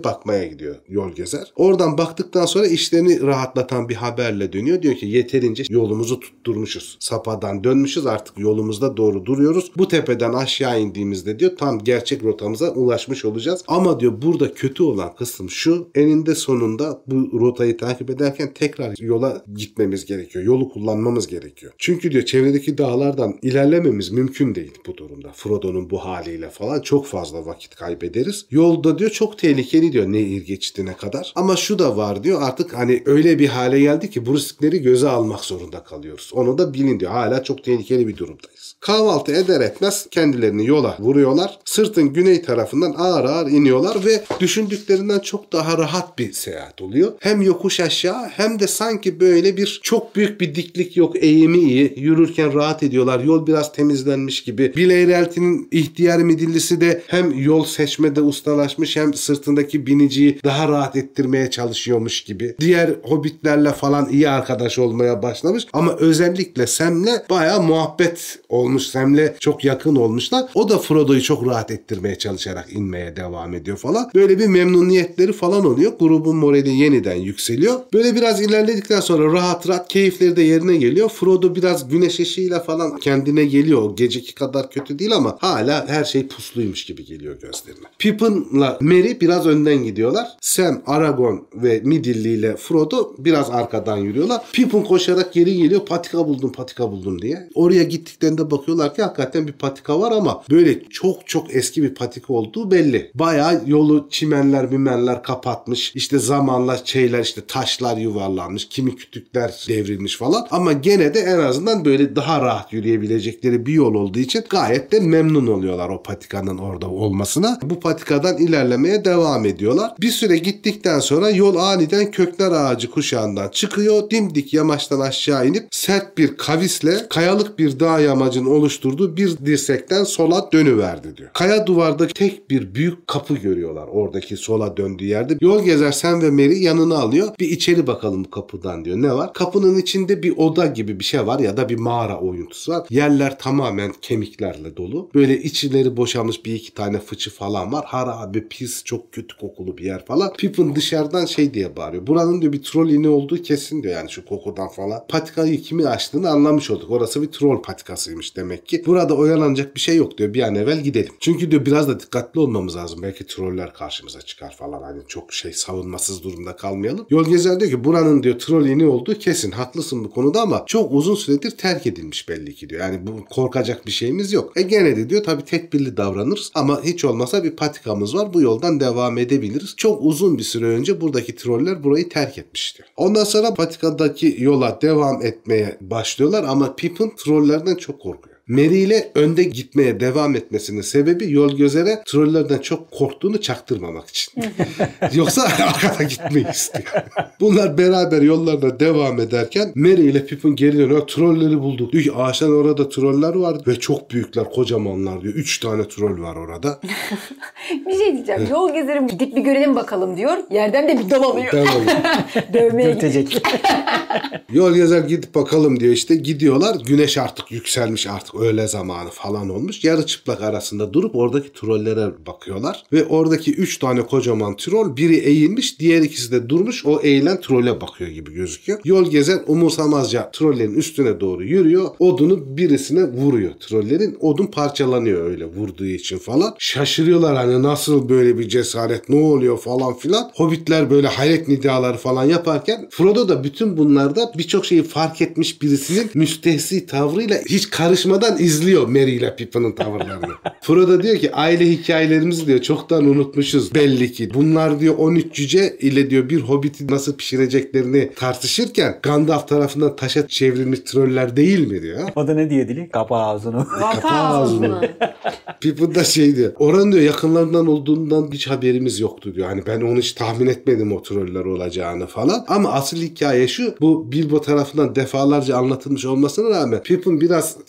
bakmaya gidiyor yol gezer. Oradan baktıktan sonra işlerini rahatlatan bir haberle dönüyor. Diyor ki yeterince yolumuzu tutturmuşuz. Sapadan dönmüşüz, artık yolumuzda doğru duruyoruz. Bu tepeden aşağı indiğimizde diyor tam gerçek rotamıza ulaşmış olacağız. Ama diyor burada kötü olan kısım şu: eninde sonunda bu rotayı takip ederken tekrar yola gitmemiz gerekiyor. Yolu kullanmamız gerekiyor. Çünkü diyor çevredeki dağlardan ilerlememiz mümkün değil bu durumda. Frodo'nun bu haliyle falan çok fazla vakit kaybederiz. Yolda diyor çok tehlikeli diyor nehir geçidine kadar. Ama şu da var diyor, artık hani öyle bir hale geldi ki bu riskleri göze almak zorunda kalıyoruz. Onu da bilin diyor. Hala çok tehlikeli bir durumdayız. Kahvaltı eder etmez kendilerini yola vuruyorlar. Sırtın güney tarafından ağır ağır iniyorlar ve düşündüklerinden çok daha rahat bir seyahat oluyor. Hem yokuş aşağı hem de sanki böyle bir çok büyük bir diklik yok, eğimi iyi. Yürürken rahat ediyorlar. Yol biraz temizlenmiş gibi. Bill Eyrelt'in ihtiyar midillisi de hem yol seçmede ustalaşmış hem sırtındaki biniciyi daha rahat ettirmeye çalışıyormuş gibi. Diğer hobbitlerle falan iyi arkadaş olmaya başlamış ama özellikle Sam'le bayağı muhabbet olmuş. Sam'le çok yakın olmuşlar. O da Frodo'yu çok rahat ettirmeye çalışarak inmeye devam ediyor falan. Böyle bir memnuniyetleri falan oluyor. Grubun morali yeniden yükseliyor. Böyle biraz ilerledikten sonra rahat rahat keyifleri de yerine geliyor. Frodo biraz güneş ışığıyla falan kendine geliyor. O geceki kadar kötü değil ama hala her şey pusluymuş gibi geliyor gözlerine. Pippin'la Merry biraz önden gidiyorlar. Sam, Aragorn ve Midilli ile Frodo biraz arkadan yürüyorlar. Pippin koşarak geri geliyor. Patika buldum, patika buldum diye. Oraya gittiklerinde bakıyorlar ki hakikaten bir patika var ama böyle çok çok eski bir patika olduğu belli. Bayağı yolu çimenler, mimenler kapatmış. İşte zamanla şeyler, işte taşlar yuvarlanmış. Kimi kütükler devrilmiş falan. Ama gene de en azından böyle daha rahat yürüyebilecekleri bir yol olduğu için gayet de memnun oluyorlar o patikanın orada olmasına. Bu patikadan ilerlemeye devam ediyorlar. Bir süre gittikten sonra yol aniden kökler ağacı kuşağından çıkıyor. Dimdik yamaçtan aşağı inip sert bir kavisle kayalık bir dağ yamacın oluşturduğu bir dirsekten sola dönüverdi diyor. Kaya duvarda tek bir büyük kapı görüyorlar oradaki sola döndüğü yerde. Yol gezer Sam ve Merry yanına alıyor. Bir içeri bakalım bu kapıdan diyor. Ne var? Kapının içinde bir oda gibi bir şey var ya da bir mağara oyuntusu var. Yerler tamamen kemiklerle dolu. Böyle içleri boşalmış bir iki tane fıçı falan var. Harabe, pis, çok kötü kokulu bir yer falan. Pippin dışarıdan şey diye bağırıyor. Buranın diyor bir troll ini olduğu kesin diyor, yani şu kokudan falan. Patikayı kimin açtığını anlamış olduk. Orası bir troll patikasıymış demek ki. Burada oyalanacak bir şey yok diyor. Bir an evvel gidelim. Çünkü diyor biraz da dikkatli olmamız lazım. Belki troller karşımıza çıkar falan. Hani çok şey savunmasız durumda kalmayalım. Yol gezer diyor ki buranın diyor troll ini olduğu kesin. Haklısın bu konuda ama çok uzun süredir terk edilmiş belli ki diyor. Yani bu korkacak bir şeyimiz yok. E gene de diyor tabii tedbirli davranırız ama hiç olmasa bir patikamız var. Bu yoldan devam edebiliriz. Çok uzun bir süre önce buradaki troller burayı terk etmiş diyor. Ondan sonra patikadaki yola devam etmeye başlıyorlar ama Pippin trollerden çok korkuyor. Merry ile önde gitmeye devam etmesinin sebebi yol gözere trollerden çok korktuğunu çaktırmamak için. Yoksa arkada gitmeyi istiyor. Bunlar beraber yollarına devam ederken Merry ile Pippin geri dönüyor. Trolleri bulduk. Diyor ki ağaçtan orada troller var ve çok büyükler, kocamanlar diyor. Üç tane troll var orada. Bir şey diyeceğim. Yol gezerim gidip bir görelim bakalım diyor. Yerden de bir dal alıyor. Dövmeye Dürtecek. Yol gezer gidip bakalım diyor işte. Gidiyorlar. Güneş artık yükselmiş, artık öğle zamanı falan olmuş. Yarı çıplak arasında durup oradaki trollere bakıyorlar. Ve oradaki üç tane kocaman troll, biri eğilmiş, diğer ikisi de durmuş. O eğilen trolle bakıyor gibi gözüküyor. Yol gezer umursamazca trollerin üstüne doğru yürüyor. Odunu birisine vuruyor. Trollerin odun parçalanıyor öyle vurduğu için falan. Şaşırıyorlar hani nasıl böyle bir cesaret, ne oluyor falan filan. Hobbitler böyle hayret nidaları falan yaparken Frodo da bütün bunlarda birçok şeyi fark etmiş birisinin müstehsi tavrıyla hiç karışmadan izliyor Merry ile Pippin'in tavırlarını. Frodo diyor ki aile hikayelerimizi diyor çoktan unutmuşuz belli ki. Bunlar diyor on üç cüce ile diyor bir hobbiti nasıl pişireceklerini tartışırken Gandalf tarafından taşa çevrilmiş troller değil mi diyor. O da ne diyor dili? Kapa ağzını. Kapa ağzını. Pippin da şey diyor. Oranın diyor yakınlarından olduğundan hiç haberimiz yoktu diyor. Hani ben onu hiç tahmin etmedim o troller olacağını falan. Ama asıl hikaye şu. Bu Bilbo tarafından defalarca anlatılmış olmasına rağmen Pippin biraz Atıyor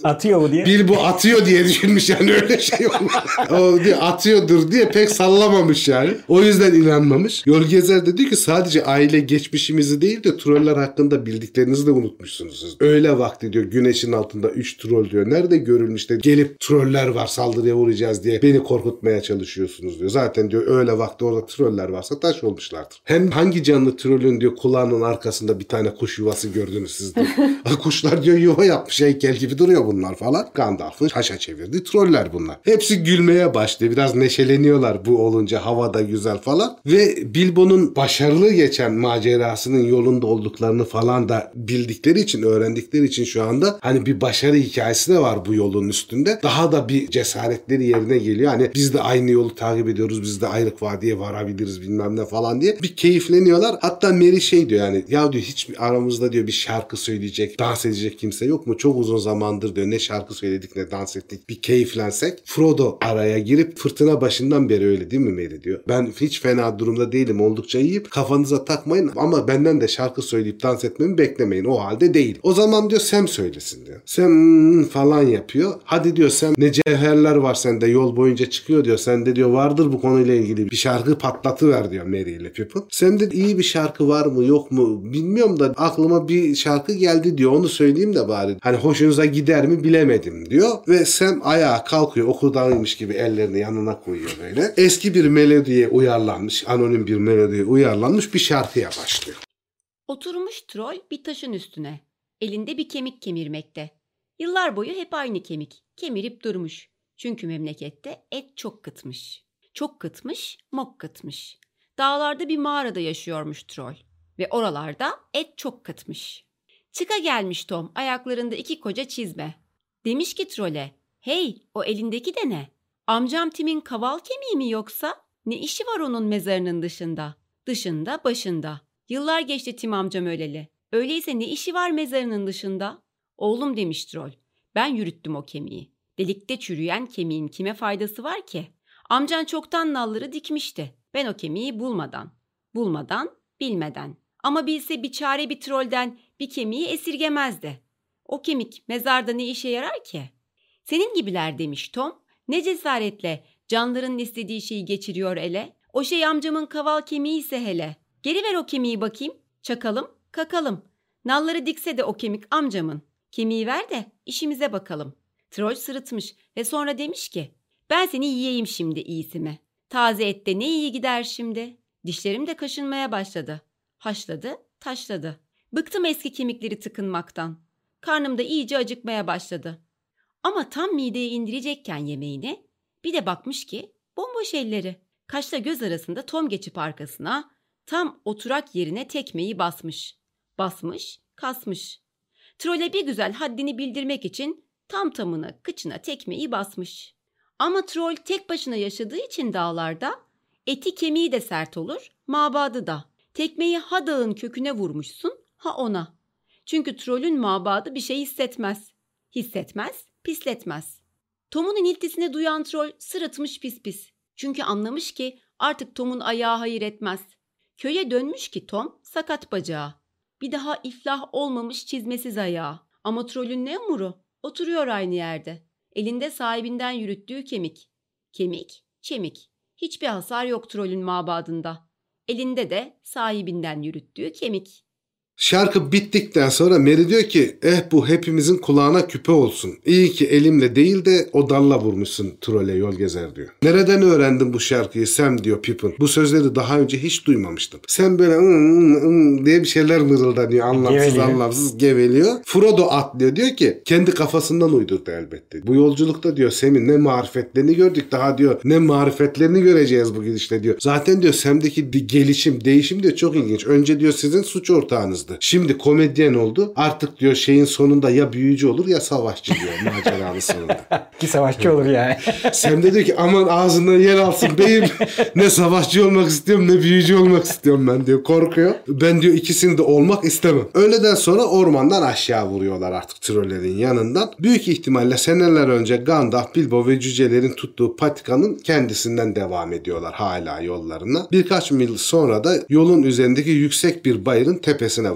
Bilbo diye. Bilbo atıyor diye düşünmüş yani, öyle şey olmaz. O diye atıyordur diye pek sallamamış yani. O yüzden inanmamış. Yol Gezer de diyor ki sadece aile geçmişimizi değil de troller hakkında bildiklerinizi de unutmuşsunuz siz. Öğle vakti diyor, güneşin altında üç troll diyor. Nerede görülmüş de gelip troller var saldırıya uğrayacağız diye beni korkutmaya çalışıyorsunuz diyor. Zaten diyor öğle vakti orada troller varsa taş olmuşlardır. Hem hangi canlı trollün diyor kulağının arkasında bir tane kuş yuvası gördünüz siz diyor. Kuşlar diyor yuva yapmış, heykel gibi duruyor bunlar falan. Gandalf'ın haşa çevirdiği troller bunlar. Hepsi gülmeye başlıyor. Biraz neşeleniyorlar bu olunca, havada güzel falan. Ve Bilbo'nun başarılı geçen macerasının yolunda olduklarını falan da bildikleri için, öğrendikleri için şu anda hani bir başarı hikayesi de var bu yolun üstünde. Daha da bir cesaretleri yerine geliyor. Hani biz de aynı yolu takip ediyoruz. Biz de Ayrık Vadi'ye varabiliriz bilmem ne falan diye. Bir keyifleniyorlar. Hatta Merry şey diyor yani, ya diyor hiç aramızda diyor bir şarkı söyleyecek, dans edecek kimse yok mu? Çok uzun zamandır diyor ne şarkı söyledik ne dans ettik. Bir keyiflensek. Frodo araya girip fırtına başından beri öyle değil mi Merry diyor. Ben hiç fena durumda değilim. Oldukça iyiyim. Kafanıza takmayın ama benden de şarkı söyleyip dans etmemi beklemeyin. O halde değil. O zaman diyor Sam söylesin diyor. Sam falan yapıyor. Hadi diyor Sam, ne cevherler var sende, yol boyunca çıkıyor diyor. Sende diyor vardır bu konuyla ilgili bir şarkı patlatıver diyor Merry ile Pippin. Sam de iyi bir şarkı var mı yok mu bilmiyorum da aklıma bir şarkı geldi diyor. Onu söyleyeyim de bari. Hani hoşunuza gider mi bilemedim diyor. Ve Sam ayağa kalkıyor. Okuldanıymış gibi ellerini yanına koyuyor böyle. Eski bir melodiye uyarlanmış, anonim bir melodiye uyarlanmış bir şarkıya başlıyor. Oturmuş troll bir taşın üstüne. Elinde bir kemik kemirmekte. Yıllar boyu hep aynı kemik. Kemirip durmuş. Çünkü memlekette et çok kıtmış. Çok kıtmış, mok kıtmış. Dağlarda bir mağarada yaşıyormuş troll. Ve oralarda et çok kıtmış. Çıka gelmiş Tom, ayaklarında iki koca çizme. Demiş ki trole, hey o elindeki de ne? Amcam Tim'in kaval kemiği mi yoksa? Ne işi var onun mezarının dışında? Dışında, başında. Yıllar geçti Tim amcam öleli. Öyleyse ne işi var mezarının dışında? Oğlum demiş troll, ben yürüttüm o kemiği. Delikte çürüyen kemiğin kime faydası var ki? Amcan çoktan nalları dikmişti. Ben o kemiği bulmadan. Bulmadan, bilmeden. Ama bilse bir çare bir trollden bir kemiği esirgemezdi. O kemik mezarda ne işe yarar ki? Senin gibiler demiş Tom. Ne cesaretle canların istediği şeyi geçiriyor ele. O şey amcamın kaval kemiği ise hele. Geri ver o kemiği bakayım. Çakalım, kakalım. Nalları dikse de o kemik amcamın. Kemiği ver de işimize bakalım. Troll sırıtmış ve sonra demiş ki, ben seni yiyeyim şimdi iyisi mi? Taze ette ne iyi gider şimdi. Dişlerim de kaşınmaya başladı. Haşladı, taşladı. Bıktım eski kemikleri tıkınmaktan. Karnım da iyice acıkmaya başladı. Ama tam mideye indirecekken yemeğini bir de bakmış ki bomboş elleri. Kaşla göz arasında Tom geçip arkasına tam oturak yerine tekmeyi basmış. Basmış, kasmış. Trolle bir güzel haddini bildirmek için tam tamına kıçına tekmeyi basmış. Ama troll tek başına yaşadığı için dağlarda eti kemiği de sert olur, mabadı da. Tekmeyi ha dağın köküne vurmuşsun ha ona. Çünkü trollün mabadı bir şey hissetmez. Hissetmez, pisletmez. Tom'un iniltisini duyan troll sırıtmış pis pis. Çünkü anlamış ki artık Tom'un ayağı hayır etmez. Köye dönmüş ki Tom sakat bacağı. Bir daha iflah olmamış çizmesiz ayağı. Ama trollün ne umuru? Oturuyor aynı yerde. Elinde sahibinden yürüttüğü kemik. Kemik, çemik. Hiçbir hasar yok trollün mabadında. Elinde de sahibinden yürüttüğü kemik. Şarkı bittikten sonra Merry diyor ki eh bu hepimizin kulağına küpe olsun. İyi ki elimle değil de o dalla vurmuşsun trolle Yol Gezer diyor. Nereden öğrendin bu şarkıyı Sam diyor Pippin. Bu sözleri daha önce hiç duymamıştım. Sam böyle ım, ım, ım diye bir şeyler mırıldanıyor. Anlamsız geveliyor. anlamsız geveliyor. Frodo atlıyor diyor ki kendi kafasından uydurdu elbette. Bu yolculukta diyor Sam'in ne marifetlerini gördük daha diyor ne marifetlerini göreceğiz bu gidişle diyor. Zaten diyor Sam'deki gelişim değişim diyor çok ilginç. Önce diyor sizin suç ortağınız. Şimdi komedyen oldu. Artık diyor şeyin sonunda ya büyücü olur ya savaşçı diyor maceranın sonunda. Ki savaşçı olur yani. Sam de diyor ki aman ağzından yer alsın beyim. Ne savaşçı olmak istiyorum ne büyücü olmak istiyorum ben diyor. Korkuyor. Ben diyor ikisini de olmak istemem. Öğleden sonra ormandan aşağı vuruyorlar artık trollerin yanından. Büyük ihtimalle seneler önce Gandalf, Bilbo ve cücelerin tuttuğu patikanın kendisinden devam ediyorlar hala yollarına. Birkaç mil sonra da yolun üzerindeki yüksek bir bayırın tepesine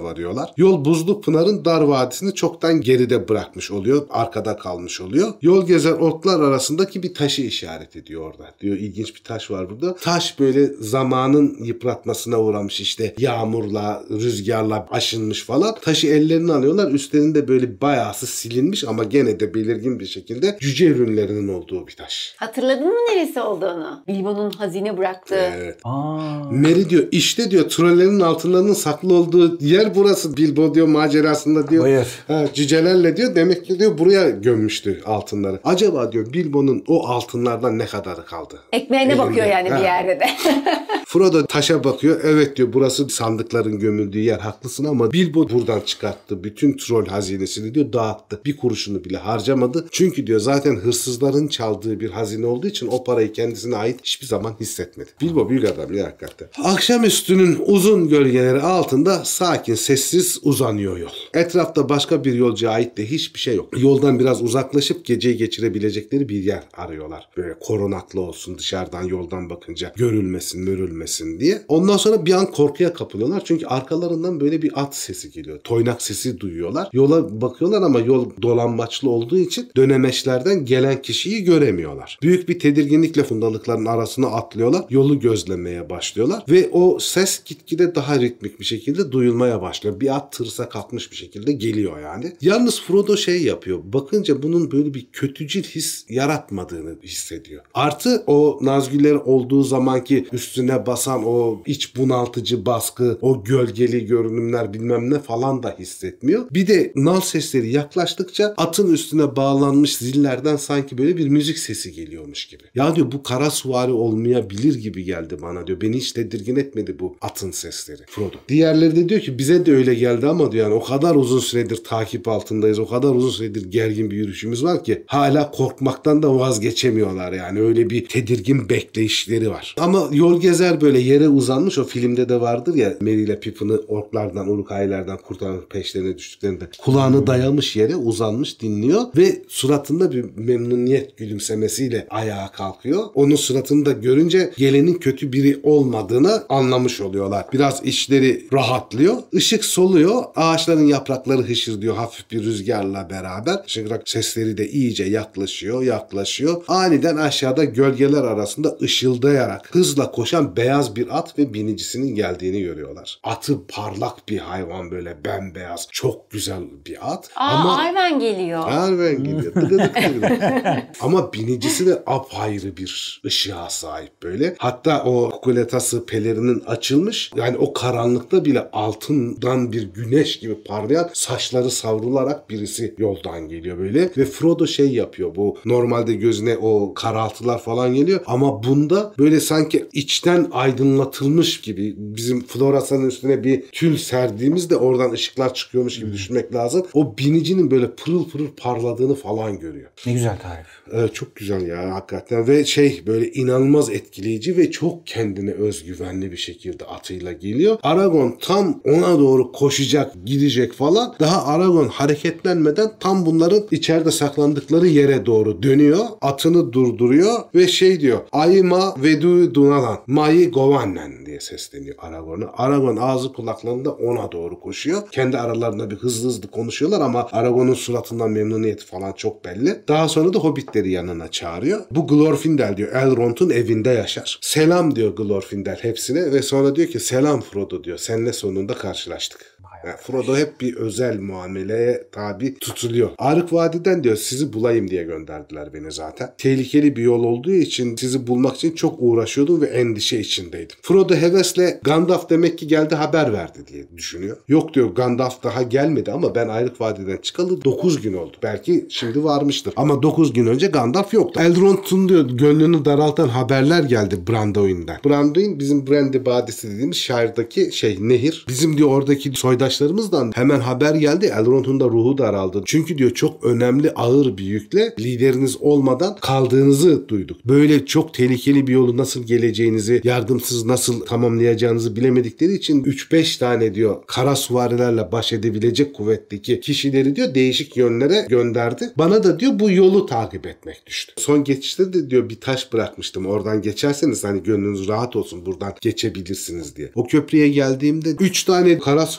varıyorlar. Yol Buzlukpınar'ın dar vadisini çoktan geride bırakmış oluyor. Arkada kalmış oluyor. Yol gezer otlar arasındaki bir taşı işaret ediyor orada. Diyor ilginç bir taş var burada. Taş böyle zamanın yıpratmasına uğramış, işte yağmurla, rüzgarla aşınmış falan. Taşı ellerine alıyorlar. Üstlerinde böyle bayağısı silinmiş ama gene de belirgin bir şekilde cüce ürünlerinin olduğu bir taş. Hatırladın mı neresi olduğunu? Bilbo'nun hazine bıraktığı. Evet. Aa. Mary diyor işte diyor trollerin altınlarının saklı olduğu yer burası. Bilbo diyor macerasında diyor. Buyur. Ha, cücelerle diyor demek ki diyor buraya gömmüştü altınları. Acaba diyor Bilbo'nun o altınlardan ne kadarı kaldı? Ekmeğine Elinde. bakıyor yani Ha. bir yerde de. Frodo taşa bakıyor. Evet diyor burası sandıkların gömüldüğü yer, haklısın ama Bilbo buradan çıkarttı. Bütün troll hazinesini diyor dağıttı. Bir kuruşunu bile harcamadı. Çünkü diyor zaten hırsızların çaldığı bir hazine olduğu için o parayı kendisine ait hiçbir zaman hissetmedi. Bilbo büyük adam ya hakikaten. Akşamüstünün uzun gölgeleri altında sakin sessiz uzanıyor yol. Etrafta başka bir yolcuya ait de hiçbir şey yok. Yoldan biraz uzaklaşıp geceyi geçirebilecekleri bir yer arıyorlar. Böyle korunaklı olsun, dışarıdan yoldan bakınca görülmesin, mörülmesin diye. Ondan sonra bir an korkuya kapılıyorlar. Çünkü arkalarından böyle bir at sesi geliyor. Toynak sesi duyuyorlar. Yola bakıyorlar ama yol dolambaçlı olduğu için dönemeçlerden gelen kişiyi göremiyorlar. Büyük bir tedirginlikle fundalıkların arasına atlıyorlar. Yolu gözlemeye başlıyorlar ve o ses gitgide daha ritmik bir şekilde duyulmaya başlıyor. Bir at tırsa kalkmış bir şekilde geliyor yani. Yalnız Frodo şey yapıyor. Bakınca bunun böyle bir kötücül his yaratmadığını hissediyor. Artı o Nazgûl'ler olduğu zamanki üstüne basan o iç bunaltıcı baskı, o gölgeli görünümler bilmem ne falan da hissetmiyor. Bir de nal sesleri yaklaştıkça atın üstüne bağlanmış zillerden sanki böyle bir müzik sesi geliyormuş gibi. Ya diyor bu kara suvari olmayabilir gibi geldi bana diyor. Beni hiç tedirgin etmedi bu atın sesleri. Frodo. Diğerleri de diyor ki bize de öyle geldi ama diyor yani o kadar uzun süredir takip altındayız. O kadar uzun süredir gergin bir yürüyüşümüz var ki hala korkmaktan da vazgeçemiyorlar yani. Öyle bir tedirgin bekleyişleri var. Ama yol gezer böyle yere uzanmış, o filmde de vardır ya, Merry ile Pippin'i orklardan, uruk-hailerden kurtaran peşlerine düştüklerinde kulağını dayamış yere uzanmış dinliyor ve suratında bir memnuniyet gülümsemesiyle ayağa kalkıyor. Onun suratını da görünce gelenin kötü biri olmadığını anlamış oluyorlar. Biraz içleri rahatlıyor. Işık soluyor. Ağaçların yaprakları hışırdıyor hafif bir rüzgarla beraber. Şıngırak sesleri de iyice yaklaşıyor, yaklaşıyor. Aniden aşağıda gölgeler arasında ışıldayarak hızla koşan beyaz bir at ve binicisinin geldiğini görüyorlar. Atı parlak bir hayvan, böyle bembeyaz, çok güzel bir at. Aa, ama Arwen geliyor. Arwen geliyor. Tıgıdık tıgıdık. Ama binicisi de apayrı bir ışığa sahip böyle. Hatta o kukuletası pelerinin açılmış. Yani o karanlıkta bile altından bir güneş gibi parlayan, saçları savrularak birisi yoldan geliyor böyle. Ve Frodo şey yapıyor. Bu normalde gözüne o karaltılar falan geliyor. Ama bunda böyle sanki içten aydınlatılmış gibi, bizim floresanın üstüne bir tül serdiğimizde oradan ışıklar çıkıyormuş gibi düşünmek lazım. O binicinin böyle pırıl pırıl parladığını falan görüyor. Ne güzel tarif. Evet, çok güzel ya hakikaten ve şey böyle inanılmaz etkileyici ve çok kendine özgüvenli bir şekilde atıyla geliyor. Aragorn tam ona doğru koşacak, gidecek falan. Daha Aragorn hareketlenmeden tam bunların içeride saklandıkları yere doğru dönüyor. Atını durduruyor ve şey diyor. Ayma vedu dunalan mayi govannen diye sesleniyor Aragorn'a. Aragorn ağzı kulaklarında ona doğru koşuyor. Kendi aralarında bir hızlı hızlı konuşuyorlar ama Aragorn'un suratından memnuniyeti falan çok belli. Daha sonra da hobbitleri yanına çağırıyor. Bu Glorfindel diyor Elrond'un evinde yaşar. Selam diyor Glorfindel hepsine ve sonra diyor ki selam Frodo diyor. Seninle sonunda karşılaştık. Yani Frodo hep bir özel muameleye tabi tutuluyor. Arık Vadi'den diyor sizi bulayım diye gönderdiler beni zaten. Tehlikeli bir yol olduğu için sizi bulmak için çok uğraşıyordum ve endişe içindeydim. Frodo hevesle Gandalf demek ki geldi haber verdi diye düşünüyor. Yok diyor Gandalf daha gelmedi ama ben Arık Vadi'den çıkalı dokuz gün oldu. Belki şimdi varmıştır. Ama dokuz gün önce Gandalf yoktu. Elrond'un diyor gönlünü daraltan haberler geldi Branduin'den. Branduin bizim Brandy Badisi dediğimiz şahirdeki şey nehir. Bizim diyor oradaki soydaş arkadaşlarımızdan hemen haber geldi. Elrond'un da ruhu daraldı. Çünkü diyor çok önemli ağır bir yükle lideriniz olmadan kaldığınızı duyduk. Böyle çok tehlikeli bir yolu nasıl geleceğinizi, yardımsız nasıl tamamlayacağınızı bilemedikleri için üç beş tane diyor kara suvarilerle baş edebilecek kuvvetteki kişileri diyor değişik yönlere gönderdi. Bana da diyor bu yolu takip etmek düştü. Son geçişte de diyor bir taş bırakmıştım. Oradan geçerseniz hani gönlünüz rahat olsun buradan geçebilirsiniz diye. O köprüye geldiğimde üç tane kara suvari gördüm.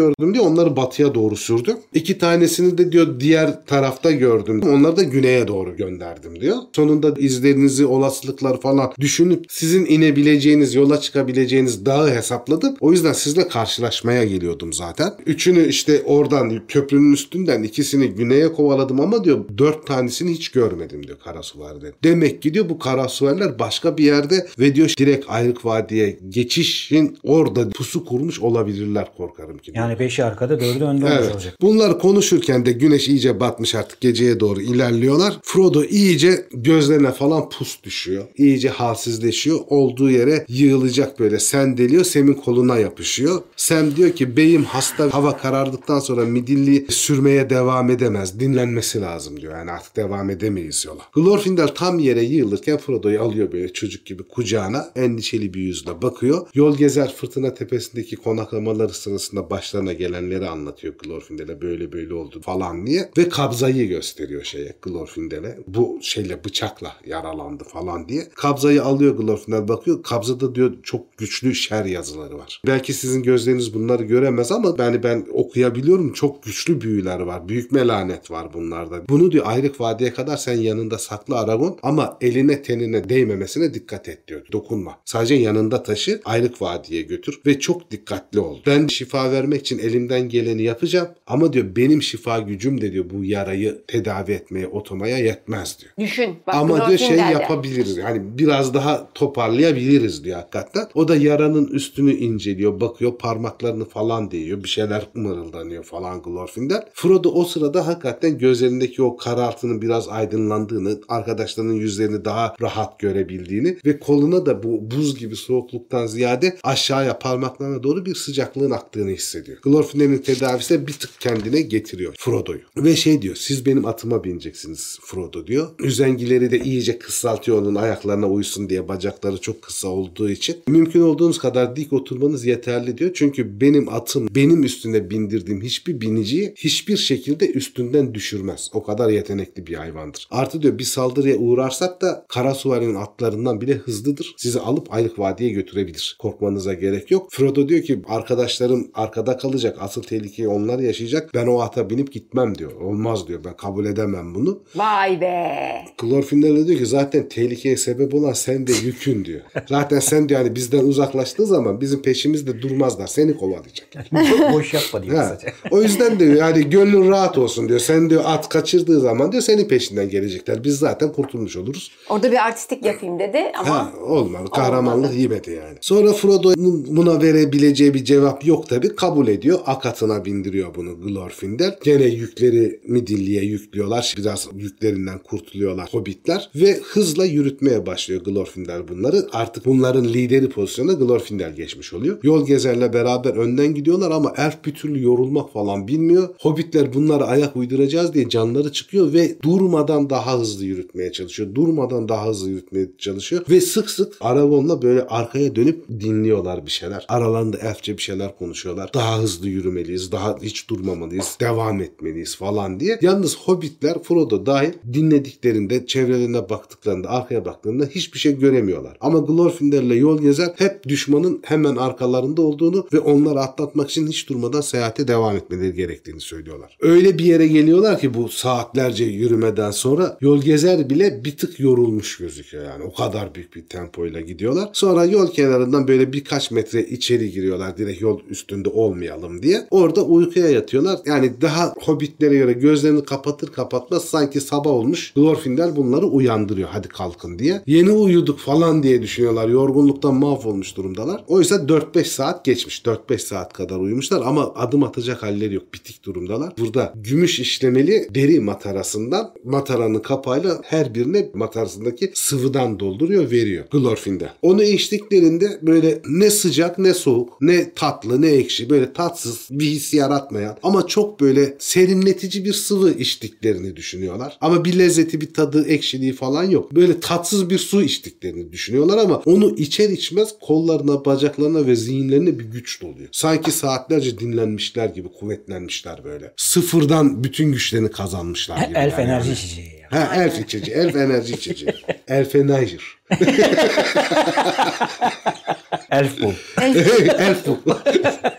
gördüm diyor. Onları batıya doğru sürdüm. İki tanesini de diyor diğer tarafta gördüm. Onları da güneye doğru gönderdim diyor. Sonunda izlerinizi, olasılıklar falan düşünüp sizin inebileceğiniz, yola çıkabileceğiniz dağı hesapladım. O yüzden sizle karşılaşmaya geliyordum zaten. Üçünü işte oradan köprünün üstünden ikisini güneye kovaladım ama diyor dört tanesini hiç görmedim diyor Karasuvar'da. Demek ki diyor bu Karasuvarlar başka bir yerde ve diyor direkt Ayrık Vadi'ye geçişin orada pusu kurmuş olabilirler korkarım ki. Yani beşi arkada dördü önde olmuş Evet. olacak. Bunlar konuşurken de güneş iyice batmış artık geceye doğru ilerliyorlar. Frodo iyice gözlerine falan pus düşüyor. İyice halsizleşiyor. Olduğu yere yığılacak böyle sendeliyor. Sam'in koluna yapışıyor. Sam diyor ki beyim hasta, hava karardıktan sonra midilli sürmeye devam edemez. Dinlenmesi lazım diyor. Yani artık devam edemeyiz yola. Glorfindel tam yere yığılırken Frodo'yu alıyor böyle çocuk gibi kucağına. Endişeli bir yüzle bakıyor. Yol gezer fırtına tepesindeki konaklamaları sırasında başlarına gelenleri anlatıyor Glorfindel'e. Böyle böyle oldu falan diye. Ve kabzayı gösteriyor şeye Glorfindel'e. Bu şeyle bıçakla yaralandı falan diye. Kabzayı alıyor Glorfindel bakıyor. Kabzada diyor çok güçlü şer yazıları var. Belki sizin gözleriniz bunları göremez ama yani ben okuyabiliyorum. Çok güçlü büyüler var. Büyük melanet var bunlarda. Bunu diyor Ayrık Vadi'ye kadar sen yanında sakla Aragon ama eline tenine değmemesine dikkat et diyor. Dokunma. Sadece yanında taşı Ayrık Vadi'ye götür ve çok dikkatli ol. Ben şifa vermek için elimden geleni yapacağım ama diyor benim şifa gücüm de diyor bu yarayı tedavi etmeye, otomaya yetmez diyor. Düşün. Bak, Ama diyor şey Glorfindel'de. yapabiliriz. Yani biraz daha toparlayabiliriz diyor hakikaten. O da yaranın üstünü inceliyor, bakıyor, parmaklarını falan değiyor. Bir şeyler mırıldanıyor falan Glorfindel. Frodo o sırada hakikaten gözlerindeki o karartının biraz aydınlandığını, arkadaşlarının yüzlerini daha rahat görebildiğini ve koluna da bu buz gibi soğukluktan ziyade aşağıya parmaklarına doğru bir sıcaklığın aktığını hissediyor. Glorfindel'in tedavisi de bir tık kendine getiriyor Frodo'yu. Ve şey diyor, siz benim atıma bineceksiniz Frodo diyor. Üzengileri de iyice kısaltıyor onun ayaklarına uysun diye, bacakları çok kısa olduğu için. Mümkün olduğunuz kadar dik oturmanız yeterli diyor. Çünkü benim atım, benim üstüne bindirdiğim hiçbir biniciyi hiçbir şekilde üstünden düşürmez. O kadar yetenekli bir hayvandır. Artı diyor bir saldırıya uğrarsak da Karasuvar'ın atlarından bile hızlıdır. Sizi alıp Ayrık Vadi'ye götürebilir. Korkmanıza gerek yok. Frodo diyor ki arkadaşlarım arkada kalacak. Asıl tehlikeyi onlar yaşayacak. Ben o ata binip gitmem diyor. Olmaz diyor. Ben kabul edemem bunu. Vay be. Glorfindel diyor ki zaten tehlikeye sebep olan sen de yükün diyor. Zaten sen diyor hani bizden uzaklaştığı zaman bizim peşimizde durmazlar. Seni kovalayacak. Çok boş yapma diyor Ha. zaten. O yüzden diyor yani gönlün rahat olsun diyor. Sen diyor at kaçırdığı zaman diyor senin peşinden gelecekler. Biz zaten kurtulmuş oluruz. Orada bir artistik yapayım dedi ama Ha, olmadı. Kahramanlık yemedi yani. Sonra Frodo'nun buna verebileceği bir cevap yok tabii. Kabul ediyor. Akatına bindiriyor bunu Glorfindel. Gene yükleri Midilli'ye yüklüyorlar. Biraz yüklerinden kurtuluyorlar hobbitler. Ve hızla yürütmeye başlıyor Glorfindel bunları. Artık bunların lideri pozisyonuna Glorfindel geçmiş oluyor. Yol gezerle beraber önden gidiyorlar ama elf bir türlü yorulmak falan bilmiyor. Hobbitler bunlara ayak uyduracağız diye canları çıkıyor ve durmadan daha hızlı yürütmeye çalışıyor. Durmadan daha hızlı yürütmeye çalışıyor. Ve sık sık Aragorn'la böyle arkaya dönüp dinliyorlar bir şeyler. Aralarında elfçe bir şeyler konuşuyorlar. Daha hızlı yürümeliyiz. Daha hiç durmamalıyız. Devam etmeliyiz falan diye. Yalnız hobbitler Frodo dahil dinlediklerinde, çevrelerine baktıklarında, arkaya baktığında hiçbir şey göremiyorlar. Ama Glorfindel'le yol gezer hep düşmanın hemen arkalarında olduğunu ve onları atlatmak için hiç durmadan seyahate devam etmeleri gerektiğini söylüyorlar. Öyle bir yere geliyorlar ki bu saatlerce yürümeden sonra yol gezer bile bir tık yorulmuş gözüküyor yani. O kadar büyük bir tempoyla gidiyorlar. Sonra yol kenarından böyle birkaç metre içeri giriyorlar. Direkt yol üstünde olmayalım diye. Orada uykuya yatıyorlar. Yani daha hobbitlere göre gözlerini kapatır kapatmaz sanki sabah olmuş. Glorfindel bunları uyandırıyor. Hadi kalkın diye. Yeni uyuduk falan diye düşünüyorlar. Yorgunluktan mahvolmuş durumdalar. Oysa dört beş saat geçmiş. dört beş saat kadar uyumuşlar ama adım atacak halleri yok. Bitik durumdalar. Burada gümüş işlemeli deri matarasından mataranın kapağıyla her birine matarasındaki sıvıdan dolduruyor, veriyor Glorfindel. Onu içtiklerinde böyle ne sıcak ne soğuk, ne tatlı ne ekşi, böyle tatsız bir his yaratmayan ama çok böyle serinletici bir sıvı içtiklerini düşünüyorlar. Ama bir lezzeti, bir tadı, ekşiliği falan yok. Böyle tatsız bir su içtiklerini düşünüyorlar ama onu içer içmez kollarına, bacaklarına ve zihinlerine bir güç doluyor. Sanki saatlerce dinlenmişler gibi, kuvvetlenmişler böyle. Sıfırdan bütün güçlerini kazanmışlar gibi. Elf yani. enerji içeceği ya. Ha, elf içeceği, elf enerji içeceği. Elf enerji. Elf bu. Elf bu.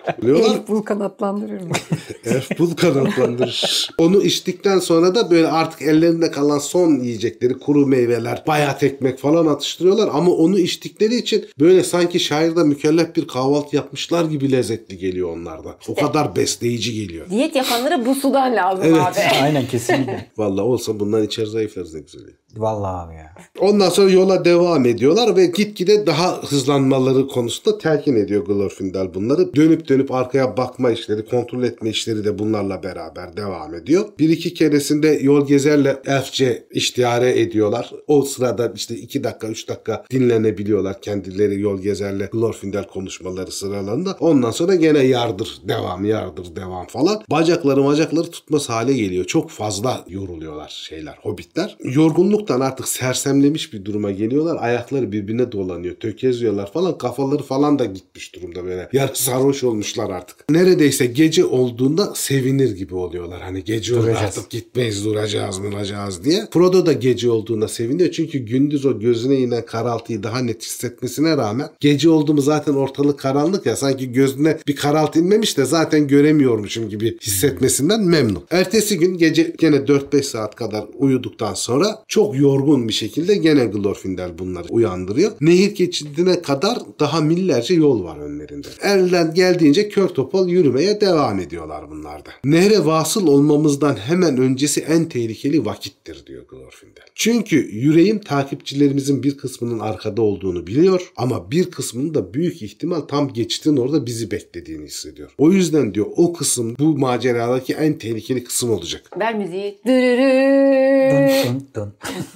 Elif bul kanatlandırır mı? Elf bul kanatlandırır. Onu içtikten sonra da böyle artık ellerinde kalan son yiyecekleri, kuru meyveler, bayat ekmek falan atıştırıyorlar. Ama onu içtikleri için böyle sanki şairde mükellef bir kahvaltı yapmışlar gibi lezzetli geliyor onlarda. O kadar besleyici geliyor. Diyet yapanlara bu sudan lazım Evet. abi. Aynen kesinlikle. Vallahi olsa bundan içer zayıflarız ne güzel. Vallahi abi ya. Ondan sonra yola devam ediyorlar ve gitgide daha hızlanmaları konusunda telkin ediyor Glorfindel bunları. Dönüp dönüp arkaya bakma işleri, kontrol etme işleri de bunlarla beraber devam ediyor. Bir iki keresinde yol gezerle elfçe iştihare ediyorlar. O sırada işte iki dakika, üç dakika dinlenebiliyorlar kendileri yol gezerle Glorfindel konuşmaları sıralarında. Ondan sonra gene yardır, devam, yardır, devam falan. Bacakları bacakları tutmaz hale geliyor. Çok fazla yoruluyorlar şeyler, hobbitler. Yorgunluk artık sersemlemiş bir duruma geliyorlar. Ayakları birbirine dolanıyor. Tökezliyorlar falan. Kafaları falan da gitmiş durumda böyle. Yarı sarhoş olmuşlar artık. Neredeyse gece olduğunda sevinir gibi oluyorlar. Hani gece oldu artık gitmeyiz, duracağız, duracağız diye. Frodo da gece olduğunda seviniyor. Çünkü gündüz o gözüne inen karaltıyı daha net hissetmesine rağmen gece oldu mu zaten ortalık karanlık ya. Sanki gözüne bir karaltı inmemiş de zaten göremiyormuşum gibi hissetmesinden memnun. Ertesi gün gece gene dört beş saat kadar uyuduktan sonra çok yorgun bir şekilde gene Glorfindel bunları uyandırıyor. Nehir geçidine kadar daha millerce yol var önlerinde. Elden geldiğince kör topal yürümeye devam ediyorlar bunlar da. Nehre vasıl olmamızdan hemen öncesi en tehlikeli vakittir diyor Glorfindel. Çünkü yüreğim takipçilerimizin bir kısmının arkada olduğunu biliyor ama bir kısmının da büyük ihtimal tam geçitin orada bizi beklediğini hissediyor. O yüzden diyor o kısım bu maceradaki en tehlikeli kısım olacak. Ver müziği. Dırırı. Dın dın dın.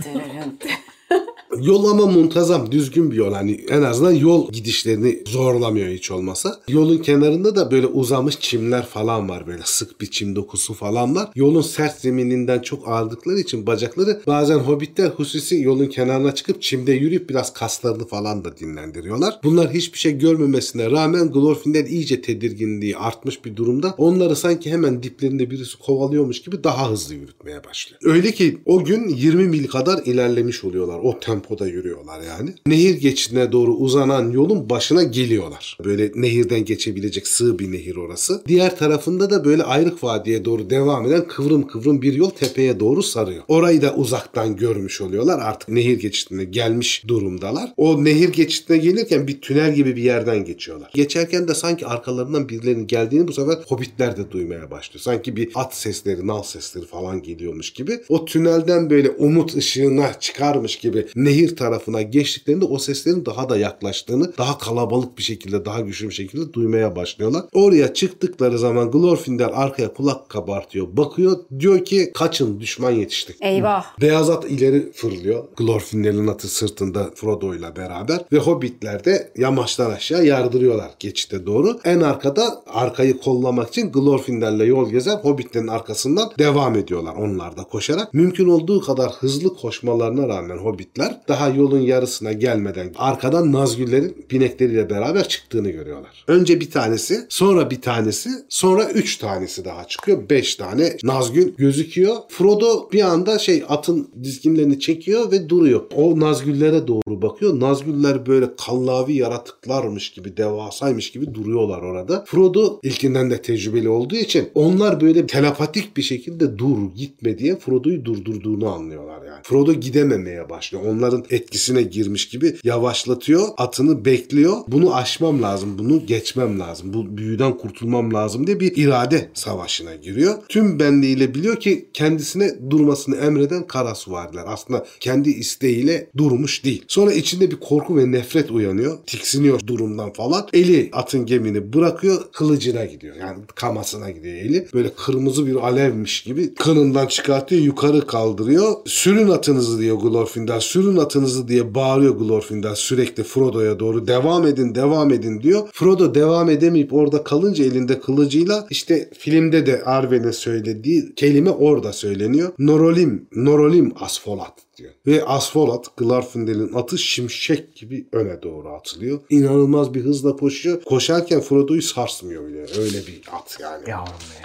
Yol ama muntazam, düzgün bir yol. Hani en azından yol gidişlerini zorlamıyor hiç olmasa. Yolun kenarında da böyle uzamış çimler falan var. Böyle sık bir çim dokusu falan var. Yolun sert zemininden çok ağırlıkları için bacakları bazen hobbitler hususi yolun kenarına çıkıp çimde yürüyüp biraz kaslarını falan da dinlendiriyorlar. Bunlar hiçbir şey görmemesine rağmen Glorfindel iyice tedirginliği artmış bir durumda. Onları sanki hemen diplerinde birisi kovalıyormuş gibi daha hızlı yürütmeye başlıyor. Öyle ki o gün yirmi mil kadar ilerlemiş oluyorlar. O tempoda yürüyorlar yani. Nehir geçidine doğru uzanan yolun başına geliyorlar. Böyle nehirden geçebilecek sığ bir nehir orası. Diğer tarafında da böyle Ayrık Vadi'ye doğru devam eden kıvrım kıvrım bir yol tepeye doğru sarıyor. Orayı da uzaktan görmüş oluyorlar. Artık nehir geçidine gelmiş durumdalar. O nehir geçidine gelirken bir tünel gibi bir yerden geçiyorlar. Geçerken de sanki arkalarından birilerinin geldiğini bu sefer hobbitler de duymaya başlıyor. Sanki bir at sesleri, nal sesleri falan geliyormuş gibi. O tünelden böyle umut ışığına çıkarmış gibi nehir tarafına geçtiklerinde o seslerin daha da yaklaştığını, daha kalabalık bir şekilde, daha güçlü bir şekilde duymaya başlıyorlar. Oraya çıktıkları zaman Glorfindel arkaya kulak kabartıyor. Bakıyor, diyor ki kaçın, düşman yetişti. Eyvah. Beyaz at ileri fırlıyor. Glorfindel'in atı sırtında Frodo'yla beraber ve hobbitler de yamaçtan aşağı yardırıyorlar geçite doğru. En arkada arkayı kollamak için Glorfindel'le yol gezer hobbitlerin arkasından devam ediyorlar onlar da koşarak. Mümkün olduğu kadar hızlı koşmalarına rağmen hobbitler daha yolun yarısına gelmeden arkadan Nazgüllerin binekleriyle beraber çıktığını görüyorlar. Önce bir tanesi, sonra bir tanesi, sonra üç tanesi daha çıkıyor. Beş tane Nazgül gözüküyor. Frodo bir anda şey atın dizginlerini çekiyor ve duruyor. O Nazgüllere doğru bakıyor. Nazgüller böyle kallavi yaratıklarmış gibi, devasaymış gibi duruyorlar orada. Frodo ilkinden de tecrübeli olduğu için onlar böyle telepatik bir şekilde dur, gitme diye Frodo'yu durdurduğunu anlıyorlar yani. Frodo gidememeye başlıyor. Onların etkisine girmiş gibi yavaşlatıyor. Atını bekliyor. Bunu aşmam lazım. Bunu geçmem lazım. Bu büyüden kurtulmam lazım diye bir irade savaşına giriyor. Tüm benliğiyle biliyor ki kendisine durmasını emreden Karasuvariler. Aslında kendi isteğiyle durmuş değil. Sonra içinde bir korku ve nefret uyanıyor. Tiksiniyor durumdan falan. Eli atın gemini bırakıyor. Kılıcına gidiyor. Yani kamasına gidiyor eli. Böyle kırmızı bir alevmiş gibi kanından çıkartıyor. Yukarı kaldırıyor. Sürün atınızı diyor Glorfindel. Sürün atınızı diye bağırıyor Glorfindel sürekli Frodo'ya doğru. Devam edin, devam edin diyor. Frodo devam edemeyip orada kalınca elinde kılıcıyla işte filmde de Arwen'in söylediği kelime orada söyleniyor. Norolim, Norolim Asfolat diyor. Ve Asfolat, Glorfindel'in atı şimşek gibi öne doğru atılıyor. İnanılmaz bir hızla koşuyor. Koşarken Frodo'yu sarsmıyor bile. Öyle bir at yani. Yavrum ya.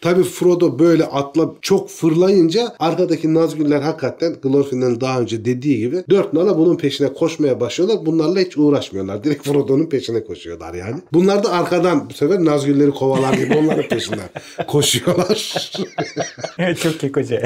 Tabii Frodo böyle atla çok fırlayınca arkadaki Nazgûl'ler hakikaten Glorfin'in daha önce dediği gibi dört nala bunun peşine koşmaya başlıyorlar. Bunlarla hiç uğraşmıyorlar. Direkt Frodo'nun peşine koşuyorlar yani. Bunlar da arkadan bu sefer Nazgûl'leri kovalar gibi onların peşinden koşuyorlar. Çok kekoca.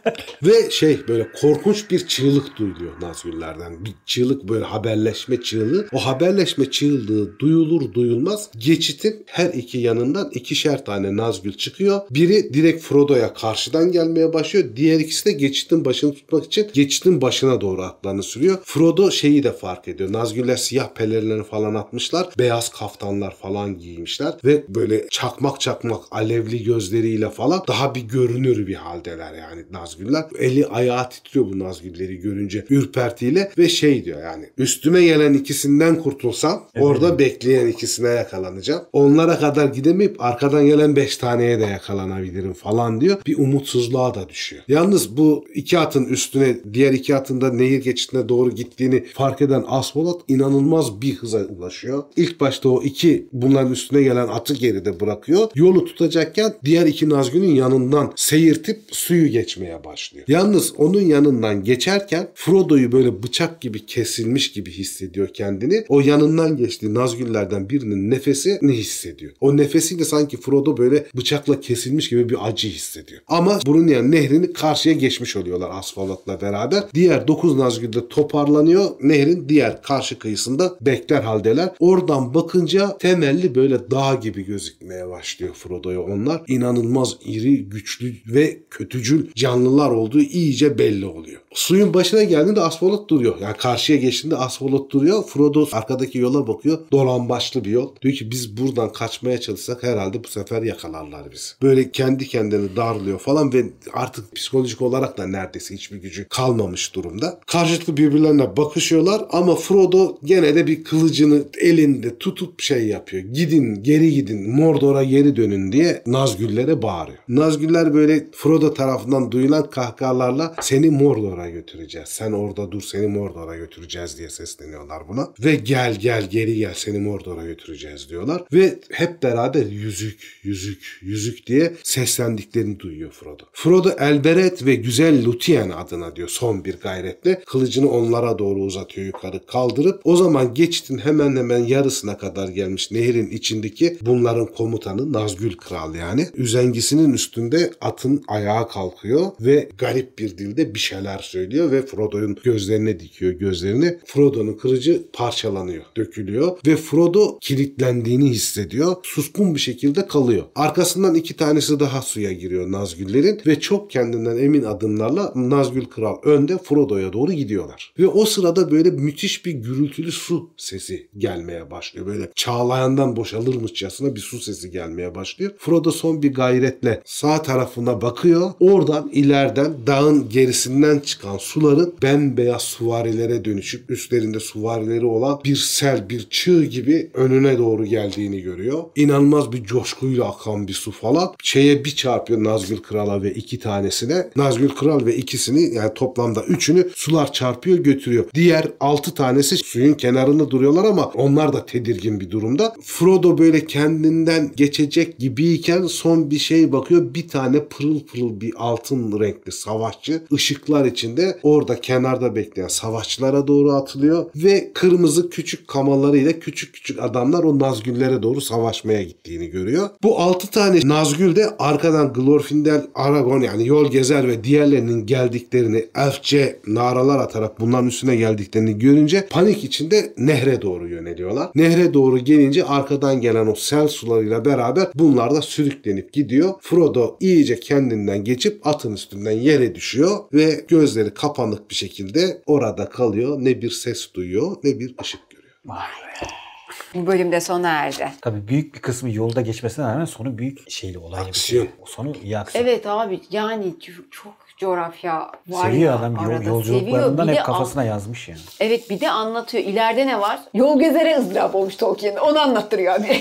Ve şey böyle korkunç bir çığlık duyuluyor Nazgûl'lerden. Bir çığlık böyle haberleşme çığlığı. O haberleşme çığlığı duyulur duyulmaz geçitin her iki yanından ikişer tane Nazgûl çıkıyor. Biri direkt Frodo'ya karşıdan gelmeye başlıyor. Diğer ikisi de geçitin başını tutmak için geçitin başına doğru atlarını sürüyor. Frodo şeyi de fark ediyor. Nazgûl'ler siyah pelerinlerini falan atmışlar. Beyaz kaftanlar falan giymişler. Ve böyle çakmak çakmak alevli gözleriyle falan daha bir görünür bir haldeler yani Nazgûl'ler. Eli ayağı titriyor bu Nazgûl'leri görünce ürpertiyle ve şey diyor yani üstüme gelen ikisinden kurtulsam evet. Orada bekleyen ikisine yakalanacağım. Onlara kadar gidemeyip arkadan gelen beş taneye de yakalanabilirim falan diyor. Bir umutsuzluğa da düşüyor. Yalnız bu iki atın üstüne diğer iki atın da nehir geçitine doğru gittiğini fark eden Asvolot inanılmaz bir hıza ulaşıyor. İlk başta o iki bunların üstüne gelen atı geride bırakıyor. Yolu tutacakken diğer iki Nazgûl'ün yanından seyirtip suyu geçmeye başlıyor. Yalnız onun yanından geçerken Frodo'yu böyle bıçak gibi kesilmiş gibi hissediyor kendini. O yanından geçtiği Nazgûl'lerden birinin nefesini hissediyor. O nefesiyle sanki Frodo böyle bıçakla kesilmiş gibi bir acı hissediyor. Ama bunun yani nehrini karşıya geçmiş oluyorlar Asfalot'la beraber. Diğer dokuz Nazgûl de toparlanıyor. Nehrin diğer karşı kıyısında bekler haldeler. Oradan bakınca temelli böyle dağ gibi gözükmeye başlıyor Frodo'ya onlar. İnanılmaz iri, güçlü ve kötücül canlılar olduğu iyice belli oluyor. Suyun başına geldiğinde Asfalot duruyor. Yani karşıya geçtiğinde Asfalot duruyor. Frodo arkadaki yola bakıyor. Dolambaçlı bir yol. Diyor ki biz buradan kaçmaya çalışsak herhalde bu sefer yakalarlar bizi. Böyle kendi kendini darlıyor falan ve artık psikolojik olarak da neredeyse hiçbir gücü kalmamış durumda. Karşılıklı birbirlerine bakışıyorlar ama Frodo gene de bir kılıcını elinde tutup şey yapıyor. Gidin, geri gidin, Mordor'a geri dönün diye Nazgûl'lere bağırıyor. Nazgûl'ler böyle Frodo tarafından duyulan kahkahalarla seni Mordor'a götüreceğiz. Sen orada dur, seni Mordor'a götüreceğiz diye sesleniyorlar buna. Ve gel gel geri gel, seni Mordor'a götüreceğiz diyorlar. Ve hep beraber yüzük, yüzük, yüzük diye seslendiklerini duyuyor Frodo. Frodo Elbereth ve güzel Lúthien adına diyor son bir gayretle. Kılıcını onlara doğru uzatıyor yukarı kaldırıp. O zaman geçitin hemen hemen yarısına kadar gelmiş nehrin içindeki bunların komutanı Nazgûl Kral yani. Üzengisinin üstünde atın ayağa kalkıyor ve garip bir dilde bir şeyler söylüyor ve Frodo'nun gözlerine dikiyor gözlerini. Frodo'nun kılıcı parçalanıyor, dökülüyor ve Frodo kilitlendiğini hissediyor. Suskun bir şekilde kalıyor. Arkasından iki tanesi daha suya giriyor Nazgûl'lerin ve çok kendinden emin adımlarla Nazgûl Kral önde Frodo'ya doğru gidiyorlar. Ve o sırada böyle müthiş bir gürültülü su sesi gelmeye başlıyor. Böyle çağlayandan boşalırmışçasına bir su sesi gelmeye başlıyor. Frodo son bir gayretle sağ tarafına bakıyor. Oradan ileriden dağın gerisinden çıkan suların bembeyaz suvarilere dönüşüp üstlerinde suvarileri olan bir sel, bir çığ gibi önüne doğru geldiğini görüyor. İnanılmaz bir coşkuyla akan bir su falan. Şeye bir çarpıyor Nazgûl Kral'a ve iki tanesine. Nazgûl Kral ve ikisini yani toplamda üçünü sular çarpıyor götürüyor. Diğer altı tanesi suyun kenarında duruyorlar ama onlar da tedirgin bir durumda. Frodo böyle kendinden geçecek gibiyken son bir şey bakıyor. Bir tane pırıl pırıl bir altın renkli savaşçı ışıklar içinde orada kenarda bekleyen savaşçılara doğru atılıyor ve kırmızı küçük kamalarıyla küçük küçük adamlar o Nazgûl'lere doğru savaşmaya gittiğini görüyor. Bu altı tane Nazgûl de arkadan Glorfindel, Aragorn yani yol gezer ve diğerlerinin geldiklerini elfçe naralar atarak bunların üstüne geldiklerini görünce panik içinde nehre doğru yöneliyorlar. Nehre doğru gelince arkadan gelen o sel sularıyla beraber bunlar da sürüklenip gidiyor. Frodo iyice kendinden geçip atın üstünden yere düşüyor ve gözleri kapanık bir şekilde orada kalıyor. Ne bir ses duyuyor ne bir ışık görüyor. Vay be. Bu bölümde sona erdi. Tabii büyük bir kısmı yolda geçmesine rağmen sonu büyük şeyli olaylı. Aksiyon. O sonu iyi aksiyon. Evet abi yani çok coğrafya var seviyor ya. Adam arada. yolculuklarından seviyor. hep kafasına an... yazmış yani. Evet bir de anlatıyor. İleride ne var? Yol gezere ızdırap olmuş Tolkien. Onu anlattırıyor abi.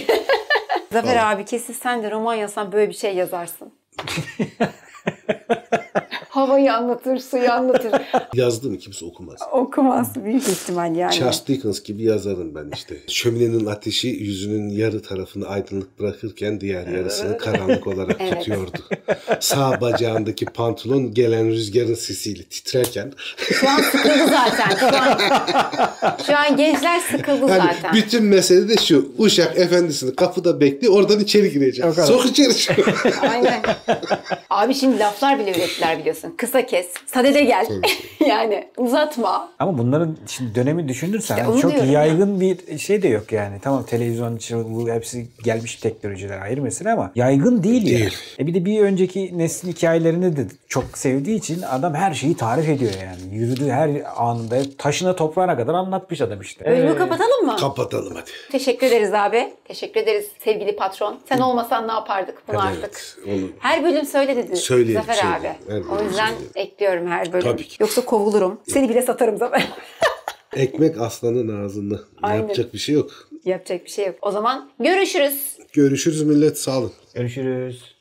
Zafer abi kesin sen de roman yazsan böyle bir şey yazarsın. Havayı anlatır, suyu anlatır. Yazdım kimse okumaz. Okumaz büyük ihtimal yani. Charles Dickens gibi yazarım ben işte. Şöminenin ateşi yüzünün yarı tarafını aydınlık bırakırken diğer yarısını karanlık olarak Evet. tutuyordu. Sağ bacağındaki pantolon gelen rüzgarın sesiyle titrerken. Şu an sıkıldı zaten. Şu an, şu an gençler sıkıldı Yani zaten. bütün mesele de şu. Uşak efendisini kapıda bekliyor. Oradan içeri girecek. O kadar. Sok içeri şu. Aynen. Abi şimdi laflar bile ürettiler biliyorsun. Kısa kes. Sadede gel. Yani uzatma. Ama bunların şimdi dönemi düşünürsen İşte hani onu çok diyorum yaygın bir şey de yok yani. Tamam televizyon için bu hepsi gelmiş teknolojiler ayrı mesele ama yaygın değil, ya. Değil. E bir de bir önceki neslin hikayelerini de çok sevdiği için adam her şeyi tarif ediyor yani. Yürüdüğü her anında taşına toprağına kadar anlatmış adam işte. Bölümü Ee, kapatalım mı? Kapatalım hadi. Teşekkür ederiz abi. Teşekkür ederiz sevgili patron. Sen olmasan ne yapardık bunu artık? Evet, onu Her bölüm söyle dedi Söyleyelim, Zafer söyleyelim. abi. Her bölüm O yüzden söyleyelim. ekliyorum her bölüm. Tabii ki. Yoksa kovulurum. Seni bile satarım Zafer. ekmek aslanın ağzında. Aynen. Yapacak bir şey yok. Yapacak bir şey yok. O zaman görüşürüz. Görüşürüz millet. Sağ olun. Görüşürüz.